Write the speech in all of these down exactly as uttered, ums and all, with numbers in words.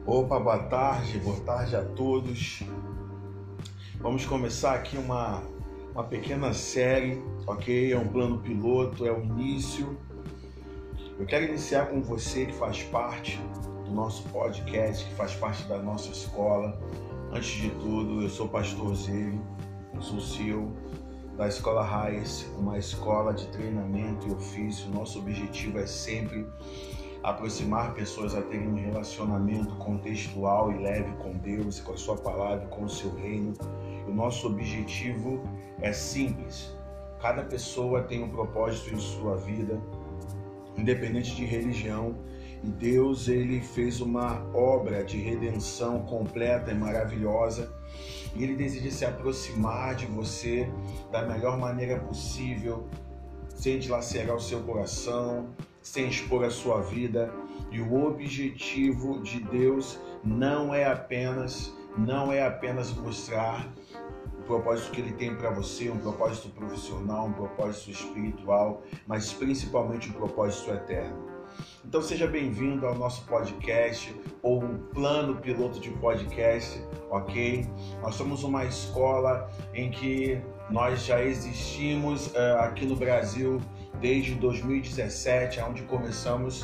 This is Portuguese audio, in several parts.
Opa, boa tarde, boa tarde a todos. Vamos começar aqui uma, uma pequena série, ok? É um plano piloto, é o início. Eu quero iniciar com você que faz parte do nosso podcast, que faz parte da nossa escola. Antes de tudo, eu sou o pastor Zélio, sou C E O da Escola Raiz, uma escola de treinamento e ofício. Nosso objetivo é sempre aproximar pessoas a terem um relacionamento contextual e leve com Deus, com a sua palavra, com o seu reino. O nosso objetivo é simples. Cada pessoa tem um propósito em sua vida, independente de religião, e Deus ele fez uma obra de redenção completa e maravilhosa, e Ele deseja se aproximar de você da melhor maneira possível, sem dilacerar o seu coração, sem expor a sua vida. E o objetivo de Deus não é apenas, não é apenas mostrar o propósito que Ele tem para você, um propósito profissional, um propósito espiritual, mas principalmente um propósito eterno. Então seja bem-vindo ao nosso podcast, ou um plano piloto de podcast, ok? Nós somos uma escola em que nós já existimos uh, aqui no Brasil desde dois mil e dezessete, onde começamos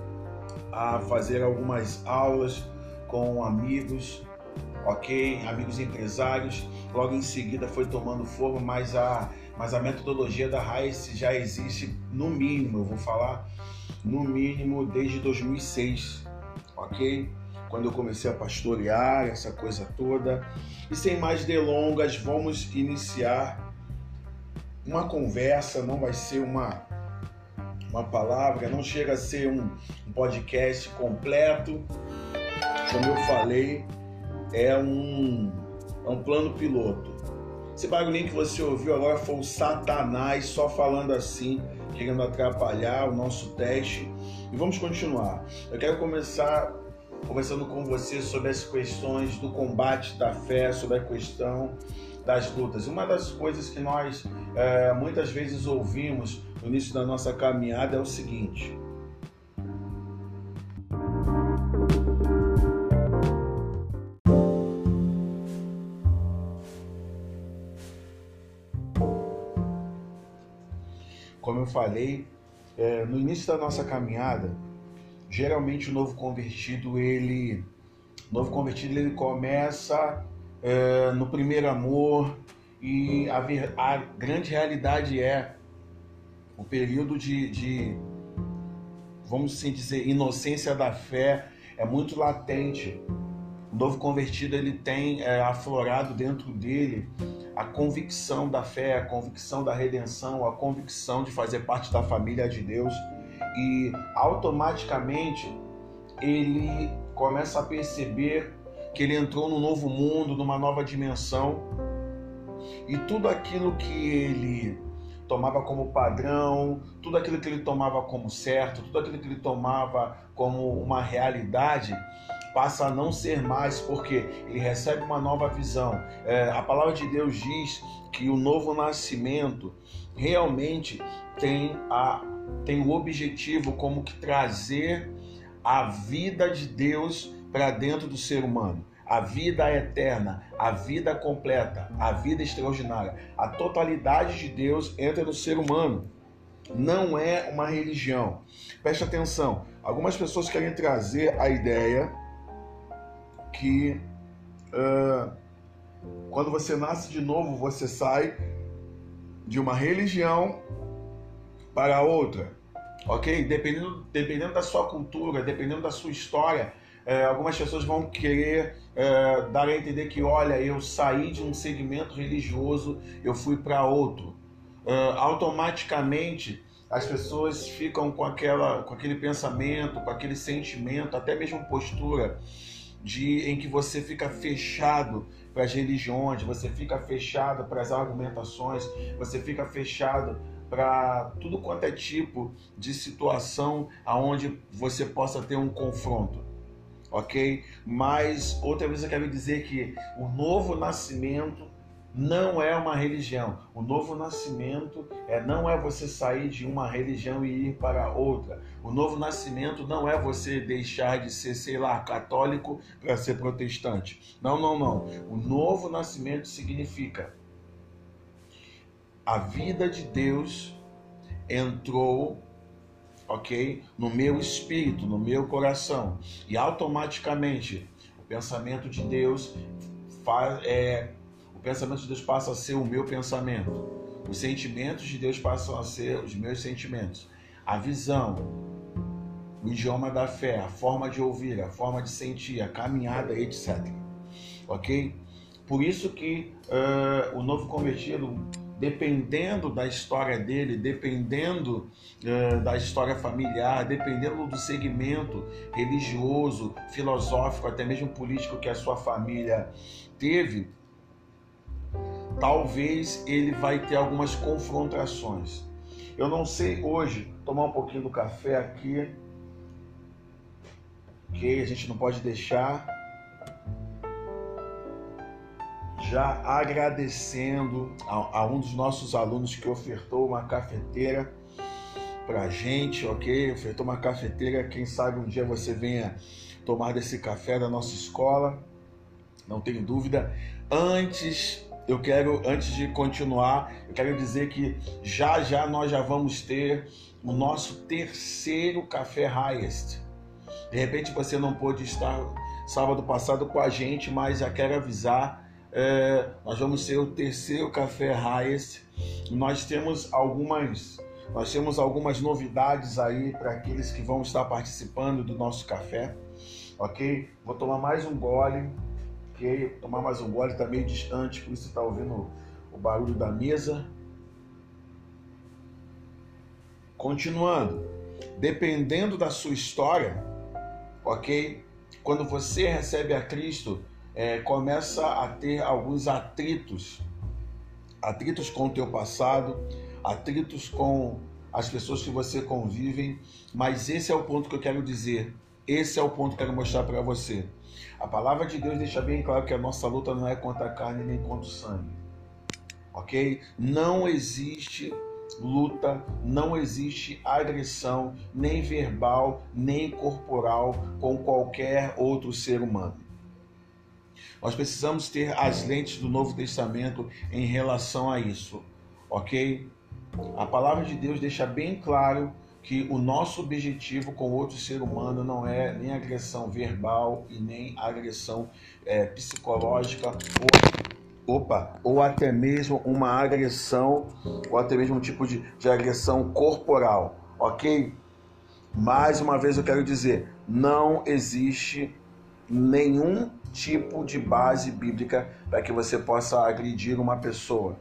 a fazer algumas aulas com amigos, ok? Amigos empresários. Logo em seguida foi tomando forma, mas a, mas a metodologia da Raiz já existe no mínimo, eu vou falar, no mínimo desde dois mil e seis, ok? Quando eu comecei a pastorear, essa coisa toda. E sem mais delongas, vamos iniciar uma conversa, não vai ser uma, uma palavra, não chega a ser um, um podcast completo. Como eu falei, é um, é um plano piloto. Esse barulhinho que você ouviu agora foi o Satanás só falando assim, querendo atrapalhar o nosso teste. E vamos continuar. Eu quero começar conversando com você sobre as questões do combate da fé, sobre a questão das lutas. Uma das coisas que nós é, muitas vezes ouvimos no início da nossa caminhada é o seguinte: como eu falei, é, no início da nossa caminhada, geralmente o novo convertido, ele, o novo convertido, ele começa é, no primeiro amor, e a, ver, a grande realidade é o período de, de, vamos assim dizer, inocência da fé é muito latente. O novo convertido, ele tem é, aflorado dentro dele a convicção da fé, a convicção da redenção, a convicção de fazer parte da família de Deus, e automaticamente ele começa a perceber que ele entrou num novo mundo, numa nova dimensão, e tudo aquilo que ele tomava como padrão, tudo aquilo que ele tomava como certo, tudo aquilo que ele tomava como uma realidade, passa a não ser mais, porque ele recebe uma nova visão. É, a palavra de Deus diz que o novo nascimento realmente tem, a, tem o objetivo como que trazer a vida de Deus para dentro do ser humano. A vida eterna, a vida completa, a vida extraordinária, a totalidade de Deus entra no ser humano. Não é uma religião. Preste atenção, algumas pessoas querem trazer a ideia que uh, quando você nasce de novo, você sai de uma religião para outra, ok? Dependendo, dependendo da sua cultura, dependendo da sua história, uh, algumas pessoas vão querer uh, dar a entender que, olha, eu saí de um segmento religioso, eu fui para outro. Uh, automaticamente as pessoas ficam com, aquela, com aquele pensamento, com aquele sentimento, até mesmo postura, De, em que você fica fechado para as religiões, você fica fechado para as argumentações, você fica fechado para tudo quanto é tipo de situação aonde você possa ter um confronto, ok? Mas outra vez eu quero dizer que o novo nascimento não é uma religião. O novo nascimento é, não é você sair de uma religião e ir para outra. O novo nascimento não é você deixar de ser, sei lá, católico para ser protestante. Não, não, não. O novo nascimento significa a vida de Deus entrou, ok, no meu espírito, no meu coração, e automaticamente o pensamento de Deus faz, é, o pensamento de Deus passa a ser o meu pensamento, os sentimentos de Deus passam a ser os meus sentimentos, a visão, o idioma da fé, a forma de ouvir, a forma de sentir, a caminhada, etcétera. Ok? Por isso que uh, o novo convertido, dependendo da história dele, dependendo uh, da história familiar, dependendo do segmento religioso, filosófico, até mesmo político que a sua família teve, talvez ele vai ter algumas confrontações. Eu não sei hoje, tomar um pouquinho do café aqui, ok? A gente não pode deixar. Já agradecendo a, a um dos nossos alunos que ofertou uma cafeteira pra gente, ok? Ofertou uma cafeteira, quem sabe um dia você venha tomar desse café da nossa escola, não tenho dúvida. Antes, eu quero, antes de continuar, eu quero dizer que já já nós já vamos ter o nosso terceiro Café Highest. De repente você não pôde estar sábado passado com a gente, mas já quero avisar, É, nós vamos ter o terceiro Café Highest. Nós temos algumas, nós temos algumas novidades aí para aqueles que vão estar participando do nosso café, ok? Vou tomar mais um gole, ok? Vou tomar mais um gole, está meio distante, por isso está ouvindo o barulho da mesa. Continuando, dependendo da sua história, ok? Quando você recebe a Cristo, É, começa a ter alguns atritos, atritos com o teu passado, atritos com as pessoas que você convive, mas esse é o ponto que eu quero dizer, esse é o ponto que eu quero mostrar para você. A palavra de Deus deixa bem claro que a nossa luta não é contra a carne nem contra o sangue, ok? Não existe luta, não existe agressão, nem verbal, nem corporal com qualquer outro ser humano. Nós precisamos ter as lentes do Novo Testamento em relação a isso, ok? A palavra de Deus deixa bem claro que o nosso objetivo com outro ser humano não é nem agressão verbal e nem agressão é, psicológica ou, opa, ou até mesmo uma agressão, ou até mesmo um tipo de, de agressão corporal, ok? Mais uma vez eu quero dizer, não existe nenhum tipo de base bíblica para que você possa agredir uma pessoa,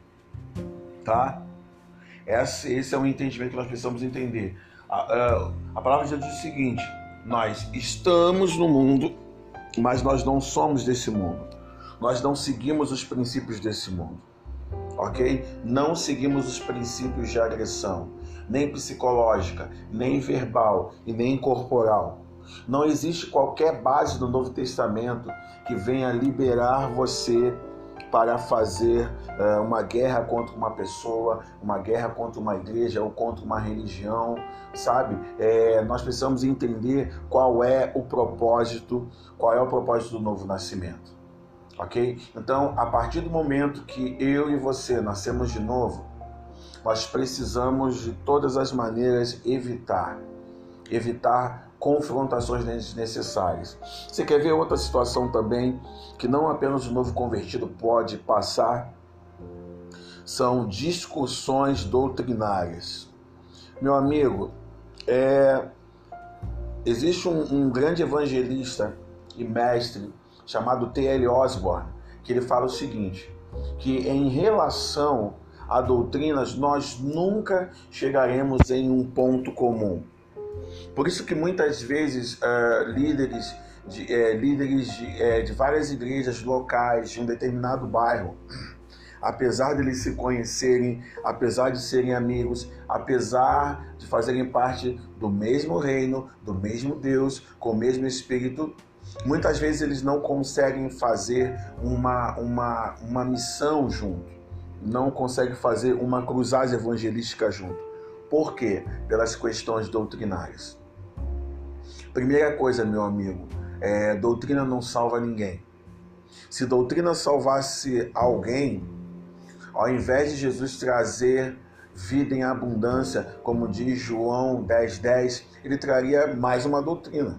tá? Esse, esse é um entendimento que nós precisamos entender. A, a, a palavra de Deus diz o seguinte: nós estamos no mundo, mas nós não somos desse mundo. Nós não seguimos os princípios desse mundo, ok? Não seguimos os princípios de agressão, nem psicológica, nem verbal e nem corporal. Não existe qualquer base do Novo Testamento que venha liberar você para fazer uh, uma guerra contra uma pessoa, uma guerra contra uma igreja ou contra uma religião, sabe? É, nós precisamos entender qual é o propósito, qual é o propósito do novo nascimento, ok? Então, a partir do momento que eu e você nascemos de novo, nós precisamos de todas as maneiras evitar, evitar confrontações desnecessárias. Você quer ver outra situação também que não apenas o novo convertido pode passar? São discussões doutrinárias. Meu amigo, é... existe um, um grande evangelista e mestre chamado T L Osborne, que ele fala o seguinte, que em relação a doutrinas nós nunca chegaremos em um ponto comum. Por isso que muitas vezes uh, líderes, de, uh, líderes de, uh, de várias igrejas locais de um determinado bairro, apesar de eles se conhecerem, apesar de serem amigos, apesar de fazerem parte do mesmo reino, do mesmo Deus, com o mesmo Espírito, muitas vezes eles não conseguem fazer uma, uma, uma missão juntos. não consegue fazer uma cruzagem evangelística junto. Por quê? Pelas questões doutrinárias. Primeira coisa, meu amigo, é, doutrina não salva ninguém. Se doutrina salvasse alguém, ao invés de Jesus trazer vida em abundância, como diz João dez, dez, ele traria mais uma doutrina.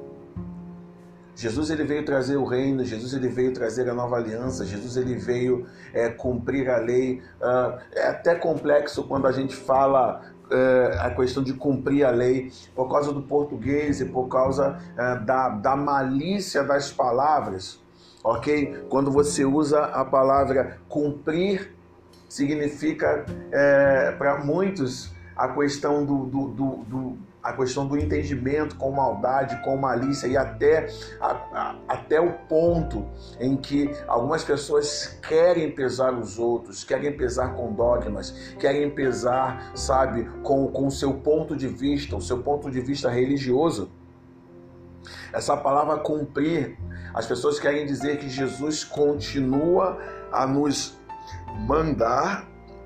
Jesus ele veio trazer o reino, Jesus ele veio trazer a nova aliança, Jesus ele veio é, cumprir a lei. Uh, é até complexo quando a gente fala uh, a questão de cumprir a lei, por causa do português e por causa uh, da, da malícia das palavras, ok? Quando você usa a palavra cumprir, significa é, para muitos a questão do, do, do, do a questão do entendimento com maldade, com malícia e até, a, a, até o ponto em que algumas pessoas querem pesar os outros, querem pesar com dogmas, querem pesar, sabe, com, com o seu ponto de vista, o seu ponto de vista religioso. Essa palavra cumprir, as pessoas querem dizer que Jesus continua a nos mandar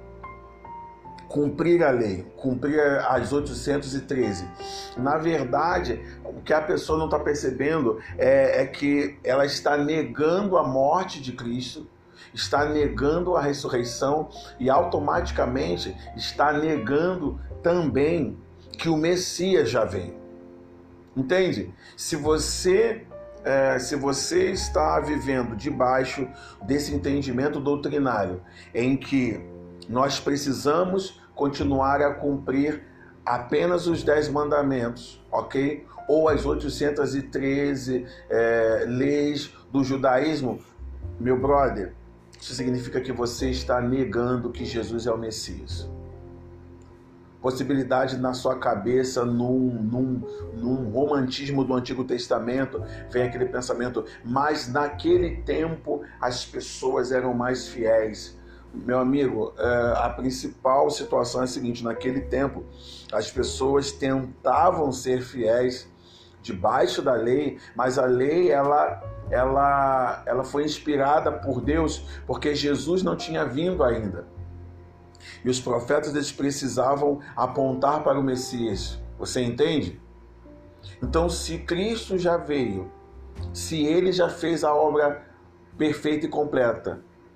cumprir a lei, cumprir as oitocentos e treze. Na verdade, o que a pessoa não está percebendo é, é que ela está negando a morte de Cristo, está negando a ressurreição e automaticamente está negando também que o Messias já veio. Entende? Se você É, se você está vivendo debaixo desse entendimento doutrinário em que nós precisamos continuar a cumprir apenas os dez mandamentos, ok? Ou as oitocentas e treze é, leis do judaísmo, meu brother, isso significa que você está negando que Jesus é o Messias. Possibilidade na sua cabeça, num, num, num romantismo do Antigo Testamento, vem aquele pensamento, mas naquele tempo as pessoas eram mais fiéis. Meu amigo, a principal situação é a seguinte, naquele tempo as pessoas tentavam ser fiéis debaixo da lei, mas a lei ela, ela, ela foi inspirada por Deus, porque Jesus não tinha vindo ainda. E os profetas eles precisavam apontar para o Messias. Você entende? Então, se Cristo já veio, se Ele já fez a obra perfeita e completa,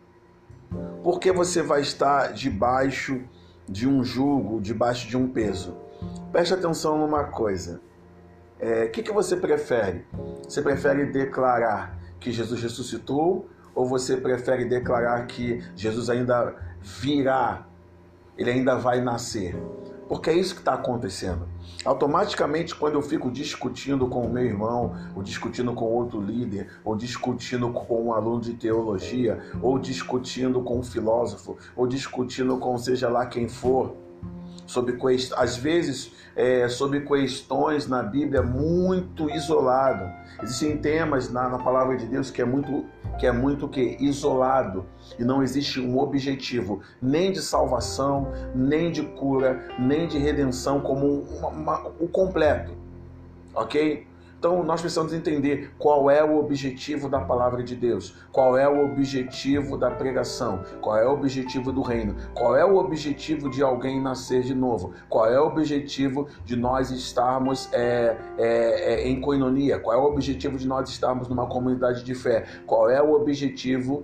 por que você vai estar debaixo de um jugo, debaixo de um peso? Preste atenção numa coisa. É, o que, que você prefere? Você prefere declarar que Jesus ressuscitou ou você prefere declarar que Jesus ainda virá? Ele ainda vai nascer. Porque é isso que está acontecendo. Automaticamente, quando eu fico discutindo com o meu irmão, ou discutindo com outro líder, ou discutindo com um aluno de teologia, ou discutindo com um filósofo, ou discutindo com seja lá quem for, sobre às vezes é, sobre questões na Bíblia muito isolado. Existem temas na, na palavra de Deus que é muito que é muito que isolado e não existe um objetivo nem de salvação, nem de cura, nem de redenção como uma, uma, o completo, ok? Então nós precisamos entender qual é o objetivo da palavra de Deus, qual é o objetivo da pregação, qual é o objetivo do reino, qual é o objetivo de alguém nascer de novo, qual é o objetivo de nós estarmos é, é, é, em koinonia, qual é o objetivo de nós estarmos numa comunidade de fé, qual é o objetivo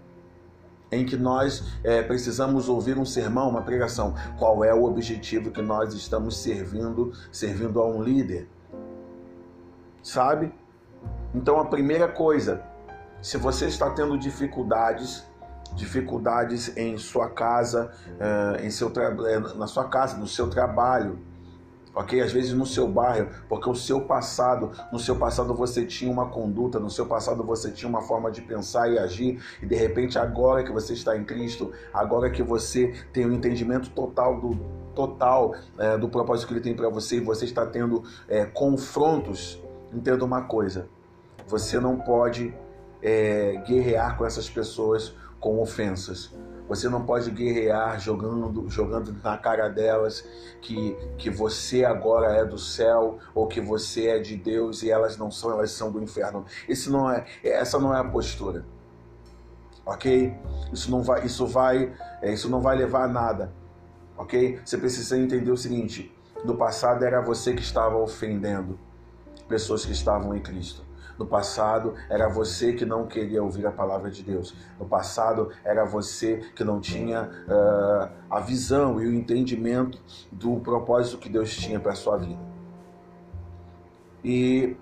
em que nós é, precisamos ouvir um sermão, uma pregação, qual é o objetivo que nós estamos servindo, servindo a um líder. Sabe? Então a primeira coisa, se você está tendo dificuldades, dificuldades em sua casa, em seu tra... na sua casa, no seu trabalho, ok? Às vezes no seu bairro, porque o seu passado, no seu passado você tinha uma conduta, no seu passado você tinha uma forma de pensar e agir, e de repente agora que você está em Cristo, agora que você tem um entendimento total do total é, do propósito que Ele tem para você, e você está tendo é, confrontos. Entenda uma coisa, você não pode é, guerrear com essas pessoas com ofensas. Você não pode guerrear jogando, jogando na cara delas que, que você agora é do céu ou que você é de Deus e elas não são, elas são do inferno. Esse não é, essa não é a postura. ok? Isso não vai, isso vai, é, isso não vai levar a nada, ok? Você precisa entender o seguinte: no passado era você que estava ofendendo pessoas que estavam em Cristo. No passado era você que não queria ouvir a palavra de Deus. No passado era você que não tinha uh, a visão e o entendimento do propósito que Deus tinha para a sua vida. E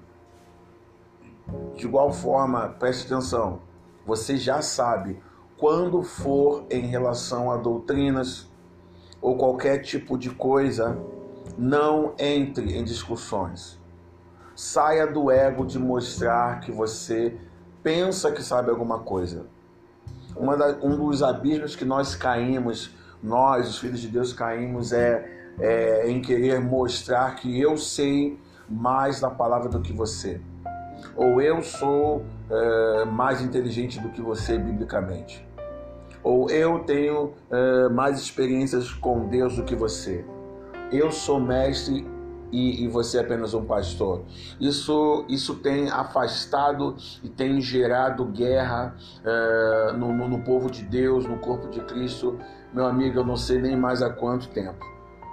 de igual forma, preste atenção, você já sabe, quando for em relação a doutrinas ou qualquer tipo de coisa, não entre em discussões. Saia do ego de mostrar que você pensa que sabe alguma coisa. Uma da, um dos abismos que nós caímos, nós, os filhos de Deus, caímos é, é em querer mostrar que eu sei mais da palavra do que você. Ou eu sou é, mais inteligente do que você biblicamente. Ou eu tenho é, mais experiências com Deus do que você. Eu sou mestre e, e você é apenas um pastor. Isso, isso tem afastado e tem gerado guerra é, no, no, no povo de Deus, no corpo de Cristo. Meu amigo, eu não sei nem mais há quanto tempo.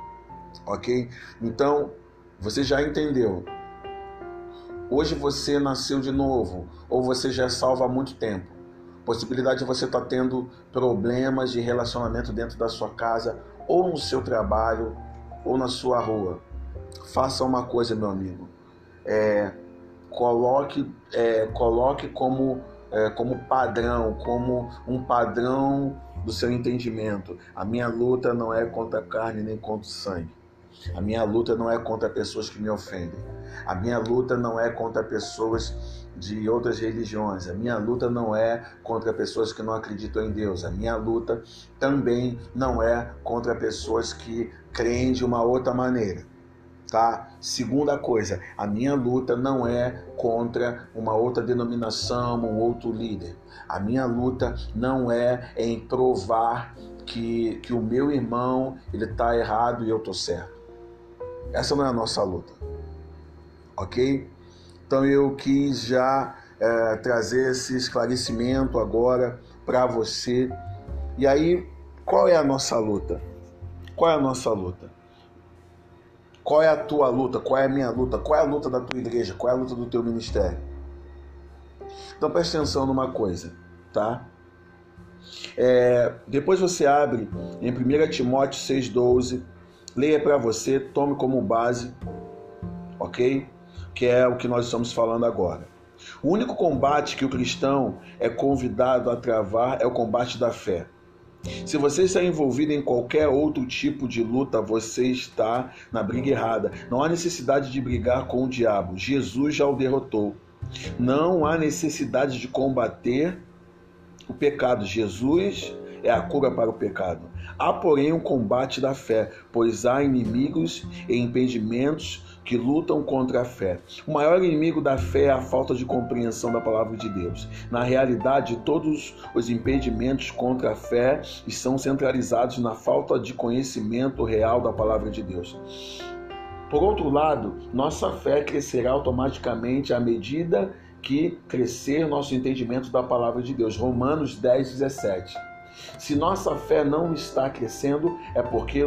Ok? Então, você já entendeu. Hoje você nasceu de novo, ou você já é salvo há muito tempo. Possibilidade de você estar tendo problemas de relacionamento dentro da sua casa, ou no seu trabalho, ou na sua rua. Faça uma coisa, meu amigo. É, coloque, é, coloque como, é, como padrão, como um padrão do seu entendimento. A minha luta não é contra a carne nem contra o sangue. A minha luta não é contra pessoas que me ofendem. A minha luta não é contra pessoas de outras religiões. A minha luta não é contra pessoas que não acreditam em Deus. A minha luta também não é contra pessoas que creem de uma outra maneira. Tá? Segunda coisa, a minha luta não é contra uma outra denominação, um outro líder. A minha luta não é em provar que, que o meu irmão ele está errado e eu estou certo. Essa não é a nossa luta, ok? Então eu quis já é, trazer esse esclarecimento agora para você. E aí, qual é a nossa luta? Qual é a nossa luta? Qual é a tua luta? Qual é a minha luta? Qual é a luta da tua igreja? Qual é a luta do teu ministério? Então preste atenção numa coisa, tá? É, depois você abre em primeira Timóteo seis, doze, leia para você, tome como base, ok? Que é o que nós estamos falando agora. O único combate que o cristão é convidado a travar é o combate da fé. Se você está envolvido em qualquer outro tipo de luta, você está na briga errada. Não há necessidade de brigar com o diabo. Jesus já o derrotou. Não há necessidade de combater o pecado. Jesus é a cura para o pecado. Há, porém, um combate da fé, pois há inimigos e impedimentos que lutam contra a fé. O maior inimigo da fé é a falta de compreensão da palavra de Deus. Na realidade, todos os impedimentos contra a fé estão centralizados na falta de conhecimento real da palavra de Deus. Por outro lado, nossa fé crescerá automaticamente à medida que crescer nosso entendimento da palavra de Deus. Romanos dez, dezessete. Se nossa fé não está crescendo, é porque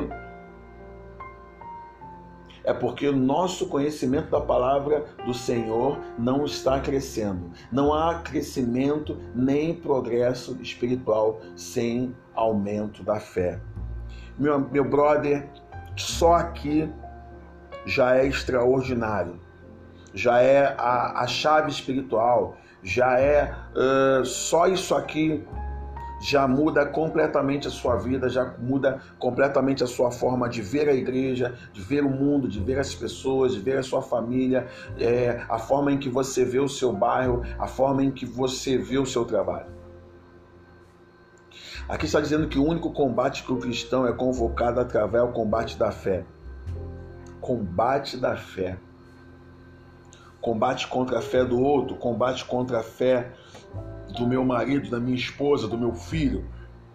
é porque o nosso conhecimento da palavra do Senhor não está crescendo. Não há crescimento nem progresso espiritual sem aumento da fé. Meu, meu brother, só aqui já é extraordinário. Já é a, a chave espiritual. Já é uh, só isso aqui. Já muda completamente a sua vida, já muda completamente a sua forma de ver a igreja, de ver o mundo, de ver as pessoas, de ver a sua família, é, a forma em que você vê o seu bairro, a forma em que você vê o seu trabalho. Aqui está dizendo que o único combate que o cristão é convocado a travar é o combate da fé. Combate da fé. Combate contra a fé do outro, combate contra a fé do meu marido, da minha esposa, do meu filho.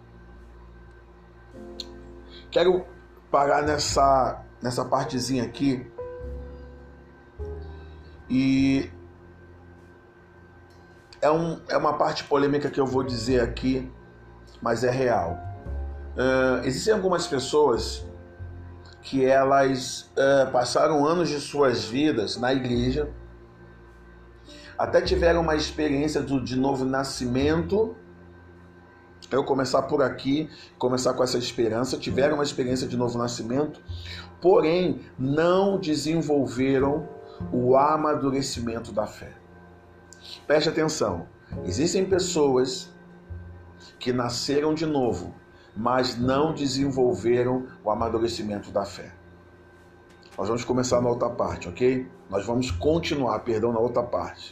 Quero parar nessa, nessa partezinha aqui e é, um, é uma parte polêmica que eu vou dizer aqui, mas é real. Uh, existem algumas pessoas que elas uh, passaram anos de suas vidas na igreja, até tiveram uma experiência do, de novo nascimento. Eu começar por aqui, começar com essa esperança, tiveram uma experiência de novo nascimento, porém não desenvolveram o amadurecimento da fé. Preste atenção, existem pessoas que nasceram de novo, mas não desenvolveram o amadurecimento da fé. Nós vamos começar na outra parte, ok? Nós vamos continuar, perdão, na outra parte.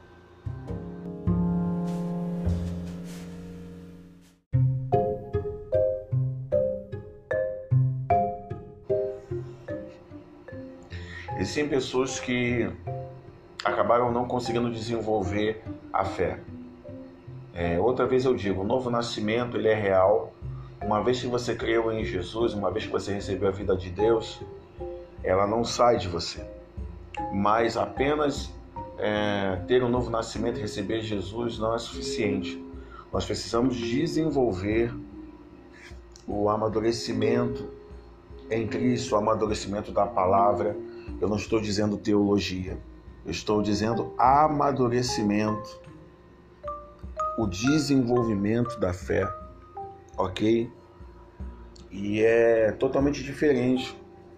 Existem pessoas que acabaram não conseguindo desenvolver a fé. É, outra vez eu digo, o novo nascimento ele é real. Uma vez que você creu em Jesus, uma vez que você recebeu a vida de Deus, ela não sai de você. Mas apenas é, ter um novo nascimento e receber Jesus não é suficiente. Nós precisamos desenvolver o amadurecimento em Cristo, o amadurecimento da palavra. Eu não estou dizendo teologia, eu estou dizendo amadurecimento, o desenvolvimento da fé, ok? E é totalmente diferente.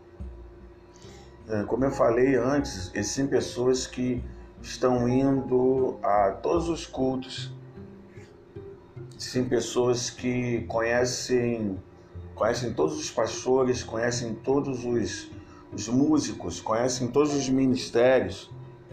Como eu falei antes, existem pessoas que estão indo a todos os cultos, existem pessoas que conhecem, conhecem todos os pastores, conhecem todos os, os músicos, conhecem todos os ministérios,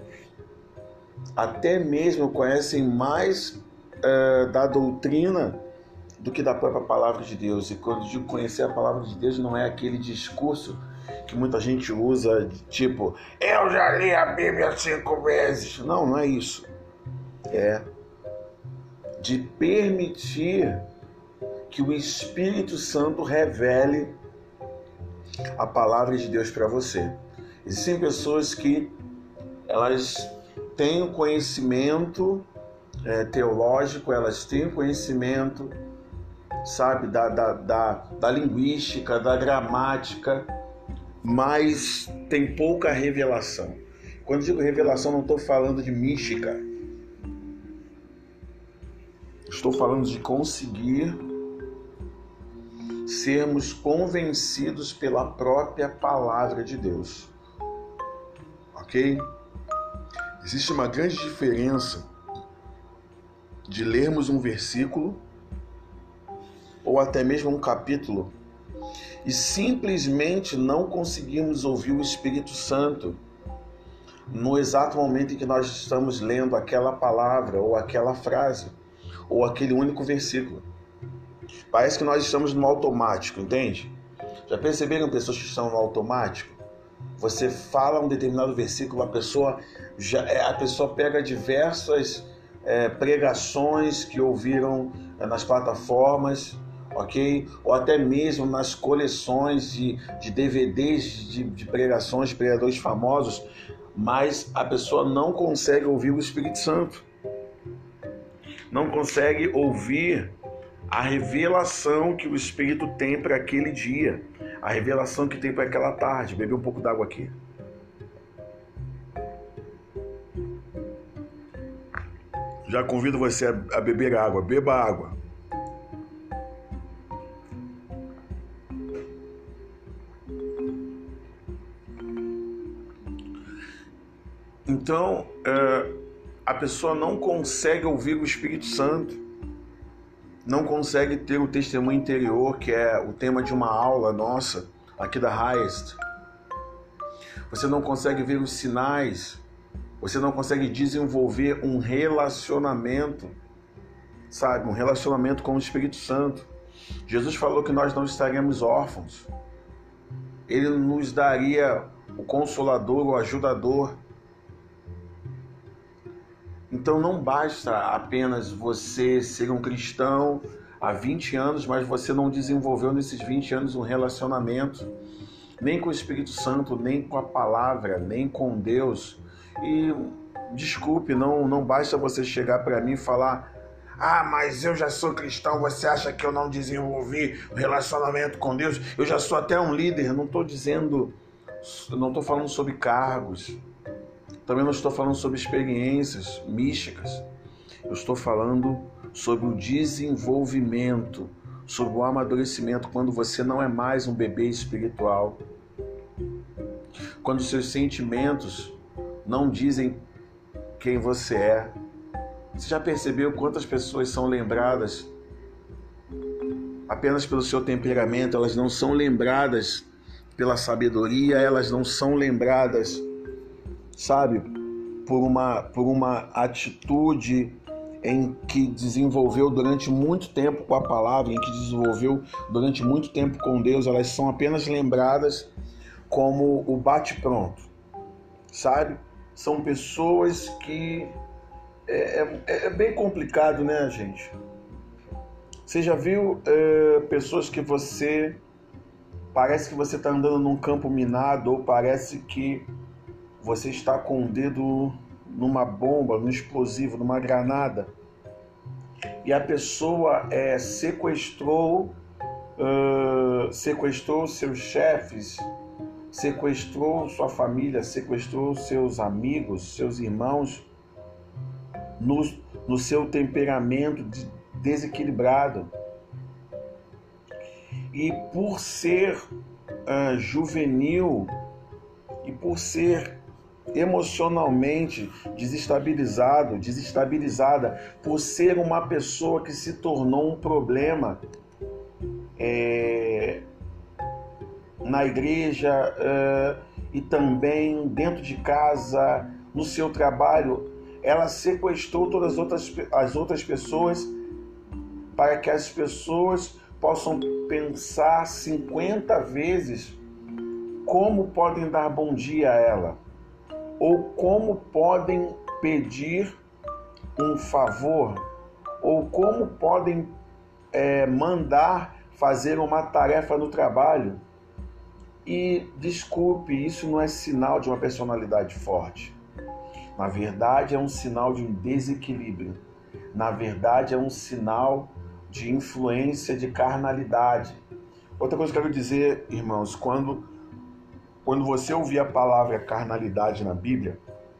até mesmo conhecem mais uh, da doutrina do que da própria palavra de Deus. E quando eu digo conhecer a palavra de Deus, não é aquele discurso que muita gente usa, tipo, eu já li a Bíblia cinco vezes. Não, não é isso. É de permitir que o Espírito Santo revele a palavra de Deus para você. Existem pessoas que elas têm o conhecimento é, teológico, elas têm o conhecimento, sabe, da, da, da, da linguística, da gramática, mas tem pouca revelação. Quando digo revelação, não estou falando de mística. Estou falando de conseguir sermos convencidos pela própria palavra de Deus. Ok? Existe uma grande diferença de lermos um versículo ou até mesmo um capítulo e simplesmente não conseguirmos ouvir o Espírito Santo no exato momento em que nós estamos lendo aquela palavra ou aquela frase ou aquele único versículo. Parece que nós estamos no automático, entende? Já perceberam pessoas que estão no automático? Você fala um determinado versículo, a pessoa, já, a pessoa pega diversas é, pregações que ouviram é, nas plataformas, ok? Ou até mesmo nas coleções de, de D V Ds de, de pregações de pregadores famosos, mas a pessoa não consegue ouvir o Espírito Santo. Não consegue ouvir a revelação que o Espírito tem para aquele dia, a revelação que tem para aquela tarde. Beber um pouco d'água aqui. Já convido você a beber água. Beba água. Então, é, a pessoa não consegue ouvir o Espírito Santo, não consegue ter o testemunho interior, que é o tema de uma aula nossa aqui da Highest. Você não consegue ver os sinais, você não consegue desenvolver um relacionamento, sabe? Um relacionamento com o Espírito Santo. Jesus falou que nós não estaremos órfãos. Ele nos daria o Consolador, o Ajudador. Então não basta apenas você ser um cristão há vinte anos, mas você não desenvolveu nesses vinte anos um relacionamento, nem com o Espírito Santo, nem com a palavra, nem com Deus. E desculpe, não, não basta você chegar para mim e falar: ah, mas eu já sou cristão, você acha que eu não desenvolvi o relacionamento com Deus? Eu já sou até um líder. Não estou dizendo, não estou falando sobre cargos, também não estou falando sobre experiências místicas. Eu estou falando sobre o desenvolvimento, sobre o amadurecimento, quando você não é mais um bebê espiritual, quando seus sentimentos não dizem quem você é. Você já percebeu quantas pessoas são lembradas apenas pelo seu temperamento? Elas não são lembradas pela sabedoria, elas não são lembradas, sabe, por uma, por uma atitude em que desenvolveu durante muito tempo com a palavra, em que desenvolveu durante muito tempo com Deus. Elas são apenas lembradas como o bate-pronto, sabe? São pessoas que... É, é, é bem complicado, né, gente? Você já viu é, pessoas que você... Parece que você está andando num campo minado, ou parece que você está com o dedo numa bomba, num explosivo, numa granada, e a pessoa é, sequestrou, uh, sequestrou seus chefes, sequestrou sua família, sequestrou seus amigos, seus irmãos, no, no seu temperamento desequilibrado. E por ser uh, juvenil e por ser emocionalmente desestabilizado, desestabilizada, por ser uma pessoa que se tornou um problema é, na igreja é, e também dentro de casa, no seu trabalho, ela sequestrou todas as outras, as outras pessoas para que as pessoas possam pensar cinquenta vezes como podem dar bom dia a ela, ou como podem pedir um favor, ou como podem é, mandar fazer uma tarefa no trabalho. E desculpe, isso não é sinal de uma personalidade forte. Na verdade, é um sinal de um desequilíbrio. Na verdade, é um sinal de influência de carnalidade. Outra coisa que eu quero dizer, irmãos, quando, quando você ouvir a palavra carnalidade na Bíblia,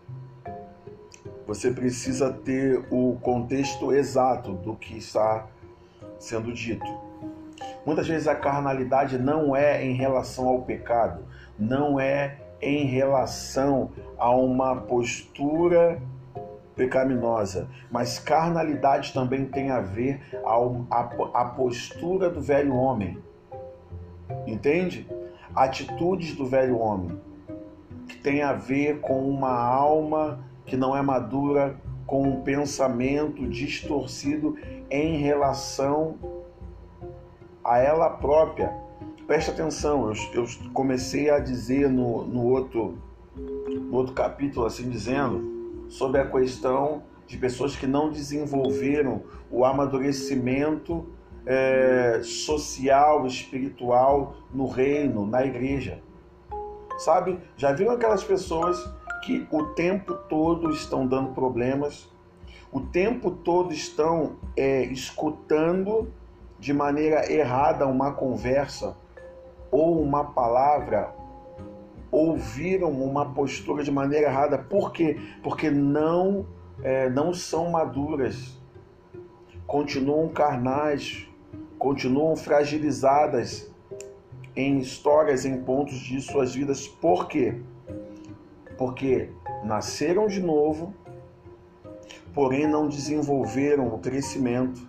você precisa ter o contexto exato do que está sendo dito. Muitas vezes a carnalidade não é em relação ao pecado, não é em relação a uma postura pecaminosa, mas carnalidade também tem a ver ao, a, a postura do velho homem, entende? Atitudes do velho homem, que tem a ver com uma alma que não é madura, com um pensamento distorcido em relação a ela própria. Presta atenção, eu, eu comecei a dizer no, no, outro, no outro capítulo, assim dizendo, sobre a questão de pessoas que não desenvolveram o amadurecimento é, social, espiritual no reino, na igreja. Sabe? Já viram aquelas pessoas que o tempo todo estão dando problemas, o tempo todo estão é, escutando de maneira errada uma conversa ou uma palavra, ouviram uma postura de maneira errada. Por quê? Porque não, é, não são maduras, continuam carnais, continuam fragilizadas em histórias, em pontos de suas vidas. Por quê? Porque nasceram de novo, porém não desenvolveram o crescimento.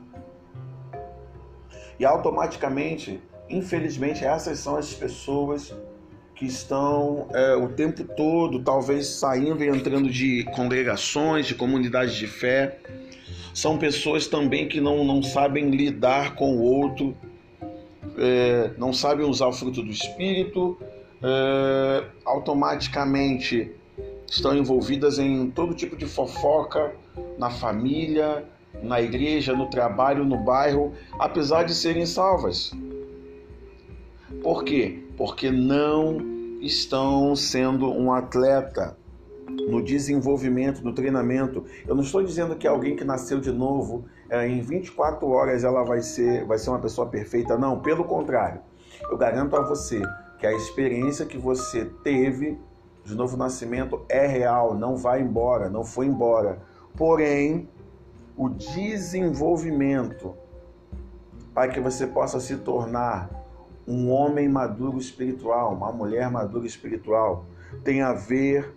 E automaticamente, infelizmente, essas são as pessoas que estão é, o tempo todo, talvez saindo e entrando de congregações, de comunidades de fé. São pessoas também que não, não sabem lidar com o outro, é, não sabem usar o fruto do Espírito, é, automaticamente estão envolvidas em todo tipo de fofoca, na família, na igreja, no trabalho, no bairro, apesar de serem salvas. Por quê? Porque não estão sendo um atleta no desenvolvimento, no treinamento. Eu não estou dizendo que alguém que nasceu de novo, é, em vinte e quatro horas ela vai ser, vai ser uma pessoa perfeita. Não, pelo contrário. Eu garanto a você que a experiência que você teve de novo nascimento é real, não vai embora, não foi embora. Porém, o desenvolvimento para que você possa se tornar um homem maduro espiritual, uma mulher madura espiritual, tem a ver,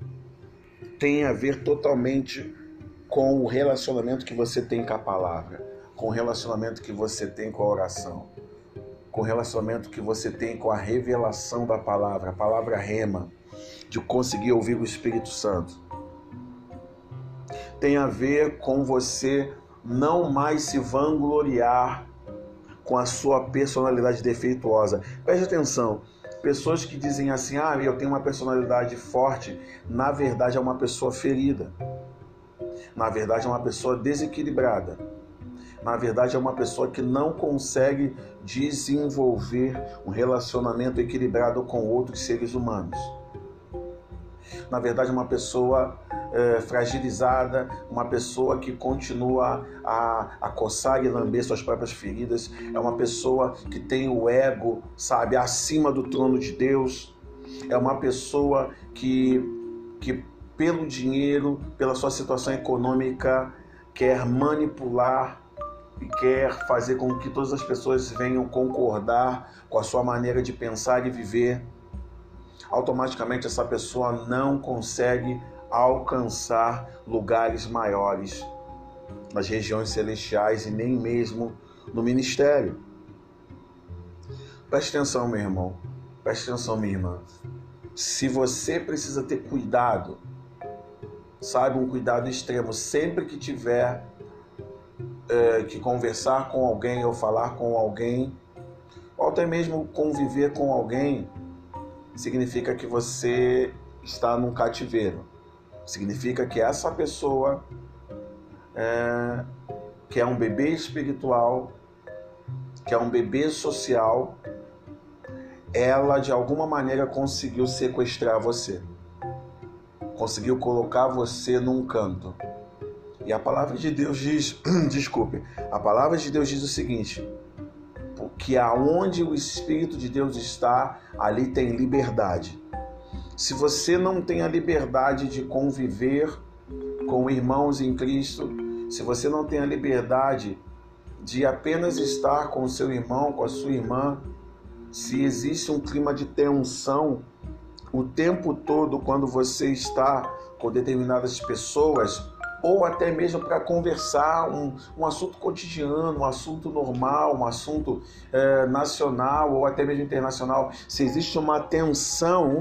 tem a ver totalmente com o relacionamento que você tem com a palavra, com o relacionamento que você tem com a oração, com o relacionamento que você tem com a revelação da palavra, a palavra rema, de conseguir ouvir o Espírito Santo. Tem a ver com você não mais se vangloriar com a sua personalidade defeituosa. Preste atenção, pessoas que dizem assim, ah, eu tenho uma personalidade forte, na verdade é uma pessoa ferida. Na verdade é uma pessoa desequilibrada. Na verdade é uma pessoa que não consegue desenvolver um relacionamento equilibrado com outros seres humanos. Na verdade é uma pessoa é, fragilizada, uma pessoa que continua a, a coçar e lamber suas próprias feridas, é uma pessoa que tem o ego, sabe, acima do trono de Deus, é uma pessoa que, que pelo dinheiro, pela sua situação econômica, quer manipular e quer fazer com que todas as pessoas venham concordar com a sua maneira de pensar e viver. Automaticamente essa pessoa não consegue alcançar lugares maiores nas regiões celestiais e nem mesmo no ministério. Preste atenção, meu irmão. Preste atenção, minha irmã. Se você precisa ter cuidado, sabe, um cuidado extremo, sempre que tiver é, que conversar com alguém ou falar com alguém, ou até mesmo conviver com alguém, significa que você está num cativeiro. Significa que essa pessoa é, que é um bebê espiritual, que é um bebê social, ela de alguma maneira conseguiu sequestrar você. Conseguiu colocar você num canto. E a palavra de Deus diz, desculpe, a palavra de Deus diz o seguinte, que aonde o Espírito de Deus está, ali tem liberdade. Se você não tem a liberdade de conviver com irmãos em Cristo, se você não tem a liberdade de apenas estar com o seu irmão, com a sua irmã, se existe um clima de tensão o tempo todo quando você está com determinadas pessoas, ou até mesmo para conversar um, um assunto cotidiano, um assunto normal, um assunto é, nacional ou até mesmo internacional, se existe uma tensão,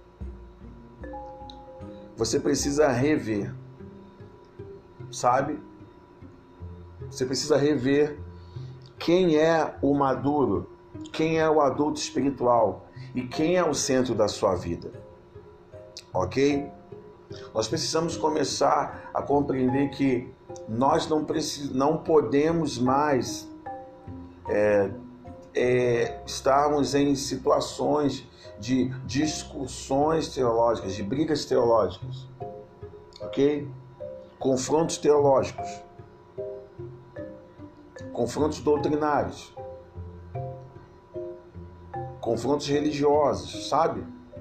você precisa rever, sabe? Você precisa rever quem é o maduro, quem é o adulto espiritual e quem é o centro da sua vida, ok? Nós precisamos começar a compreender que nós não, precis... não podemos mais é, é, estarmos em situações de discussões teológicas, de brigas teológicas, ok? Confrontos teológicos, confrontos doutrinários, confrontos religiosos, sabe?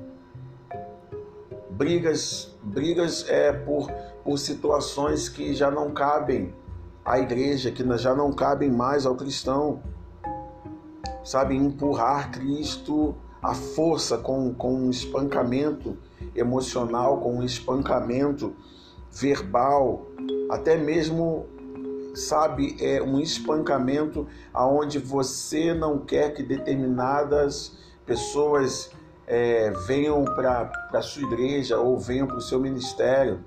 Brigas, brigas é, por, por situações que já não cabem à igreja, que já não cabem mais ao cristão. Sabe, empurrar Cristo à força com, com um espancamento emocional, com um espancamento verbal, até mesmo, sabe, é um espancamento aonde você não quer que determinadas pessoas É, venham para a sua igreja ou venham para o seu ministério.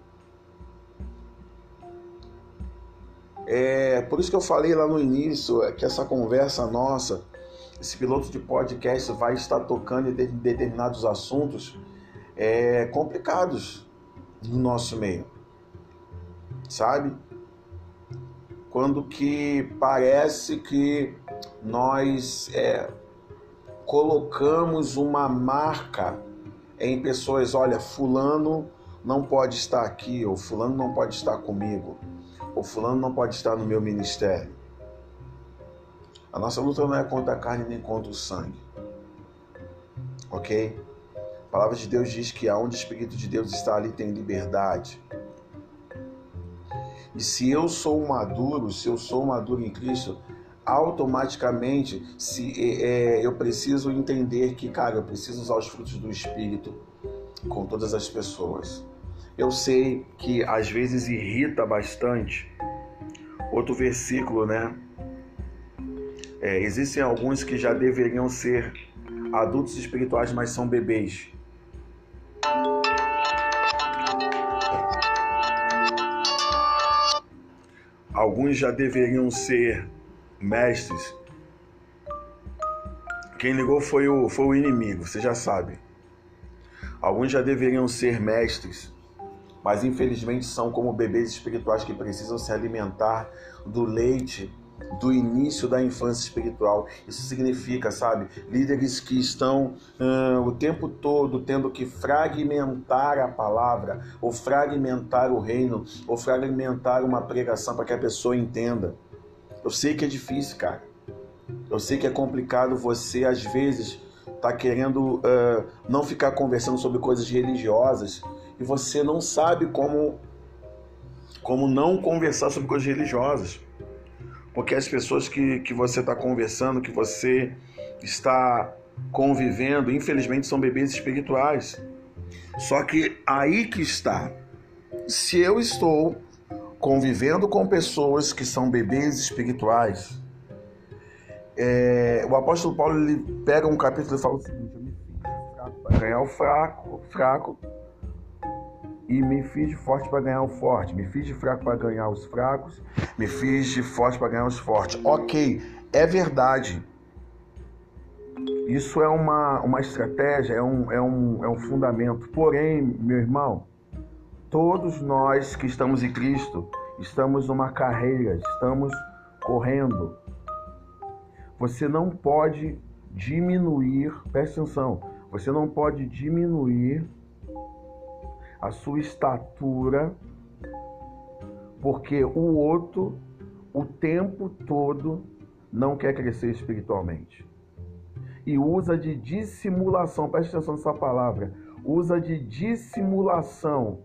É, por isso que eu falei lá no início é, que essa conversa nossa, esse piloto de podcast vai estar tocando em de, determinados assuntos é, complicados no nosso meio, sabe? Quando que parece que nós é, colocamos uma marca em pessoas, olha, fulano não pode estar aqui, ou fulano não pode estar comigo, ou fulano não pode estar no meu ministério. A nossa luta não é contra a carne nem contra o sangue. Ok? A palavra de Deus diz que aonde o Espírito de Deus está, ali tem liberdade. E se eu sou maduro, se eu sou maduro em Cristo, automaticamente se, é, eu preciso entender que, cara, eu preciso usar os frutos do Espírito com todas as pessoas. Eu sei que às vezes irrita bastante. Outro versículo, né? É, existem alguns que já deveriam ser adultos espirituais, mas são bebês. Alguns já deveriam ser mestres. Quem ligou foi o, foi o inimigo, você já sabe. Alguns já deveriam ser mestres, mas infelizmente são como bebês espirituais que precisam se alimentar do leite do início da infância espiritual. Isso significa, sabe, líderes que estão uh, o tempo todo tendo que fragmentar a palavra, ou fragmentar o reino, ou fragmentar uma pregação para que a pessoa entenda. Eu sei que é difícil, cara. Eu sei que é complicado. Você, às vezes, tá querendo uh, não ficar conversando sobre coisas religiosas e você não sabe como, como não conversar sobre coisas religiosas. Porque as pessoas que, que você está conversando, que você está convivendo, infelizmente são bebês espirituais. Só que aí que está. Se eu estou convivendo com pessoas que são bebês espirituais, é, o apóstolo Paulo ele pega um capítulo e fala o seguinte: eu me fiz fraco para ganhar o fraco, fraco e me fiz de forte para ganhar o forte, me fiz de fraco para ganhar os fracos, me fiz de forte para ganhar os fortes. Ok, é verdade. Isso é uma, uma estratégia, é um, é, um, é um fundamento. Porém, meu irmão, todos nós que estamos em Cristo, estamos numa carreira, estamos correndo. Você não pode diminuir, presta atenção, você não pode diminuir a sua estatura, porque o outro, o tempo todo, não quer crescer espiritualmente. E usa de dissimulação, presta atenção nessa palavra, usa de dissimulação,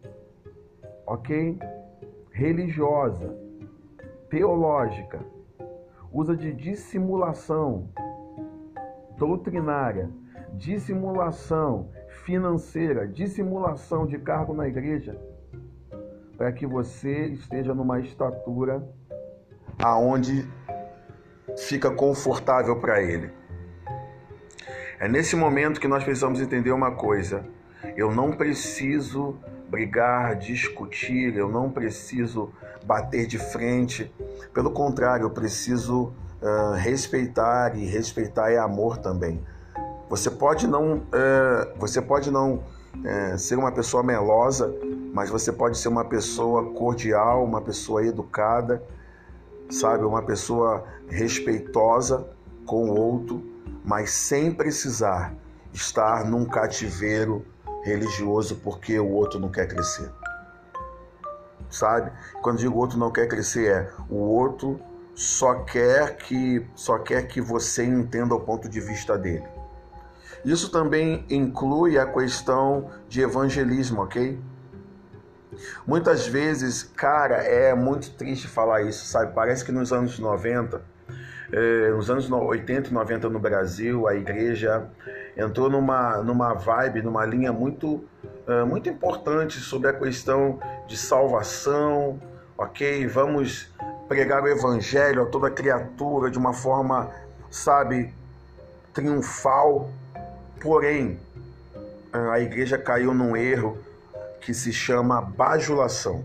ok? Religiosa, teológica, usa de dissimulação doutrinária, dissimulação financeira, dissimulação de cargo na igreja, para que você esteja numa estatura aonde fica confortável para ele. É nesse momento que nós precisamos entender uma coisa: eu não preciso brigar, discutir, eu não preciso bater de frente. Pelo contrário, eu preciso uh, respeitar, e respeitar é amor também. Você pode não, uh, você pode não uh, ser uma pessoa melosa, mas você pode ser uma pessoa cordial, uma pessoa educada, sabe, uma pessoa respeitosa com o outro, mas sem precisar estar num cativeiro religioso porque o outro não quer crescer. Sabe? Quando digo o outro não quer crescer, é o outro só quer que, só quer que você entenda o ponto de vista dele. Isso também inclui a questão de evangelismo, ok? Muitas vezes, cara, é muito triste falar isso, sabe? Parece que nos anos noventa, eh, nos anos oitenta e noventa no Brasil, a igreja entrou numa, numa vibe, numa linha muito, uh, muito importante sobre a questão de salvação, ok? Vamos pregar o evangelho a toda criatura de uma forma, sabe, triunfal. Porém, a igreja caiu num erro que se chama bajulação,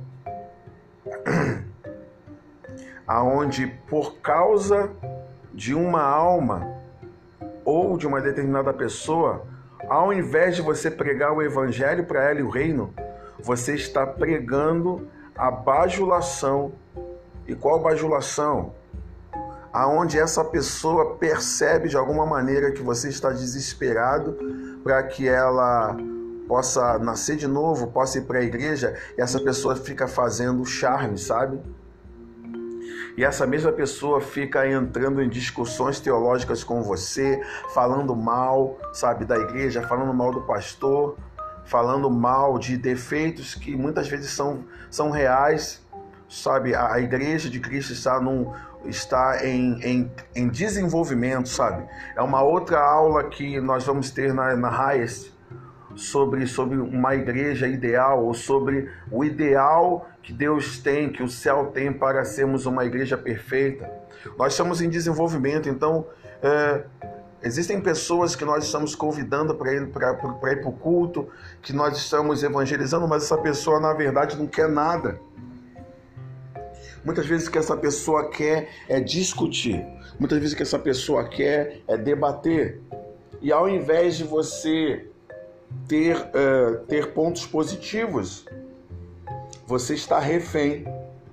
aonde por causa de uma alma ou de uma determinada pessoa, ao invés de você pregar o evangelho para ela e o reino, você está pregando a bajulação. E qual bajulação? Aonde essa pessoa percebe de alguma maneira que você está desesperado para que ela possa nascer de novo, possa ir para a igreja, e essa pessoa fica fazendo charme, sabe? E essa mesma pessoa fica entrando em discussões teológicas com você, falando mal, sabe, da igreja, falando mal do pastor, falando mal de defeitos que muitas vezes são, são reais, sabe? A igreja de Cristo está, num, está em, em, em desenvolvimento, sabe? É uma outra aula que nós vamos ter na, na Highest, sobre, sobre uma igreja ideal, ou sobre o ideal que Deus tem, que o céu tem para sermos uma igreja perfeita. Nós estamos em desenvolvimento, então é, existem pessoas que nós estamos convidando para ir para ir para o culto, que nós estamos evangelizando, mas essa pessoa na verdade não quer nada. Muitas vezes o que essa pessoa quer é discutir, muitas vezes o que essa pessoa quer é debater, e ao invés de você ter, uh, ter pontos positivos, você está refém.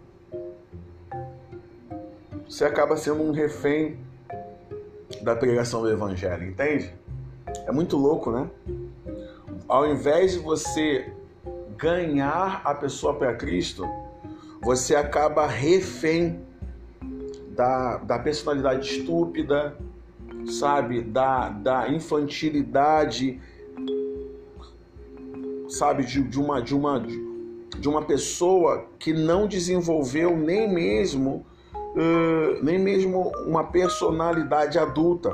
Você acaba sendo um refém da pregação do evangelho, entende? É muito louco, né? Ao invés de você ganhar a pessoa para Cristo, você acaba refém da, da personalidade estúpida, sabe? Da, da infantilidade, sabe? De, de, uma, de, uma, de uma pessoa que não desenvolveu nem mesmo, uh, nem mesmo uma personalidade adulta.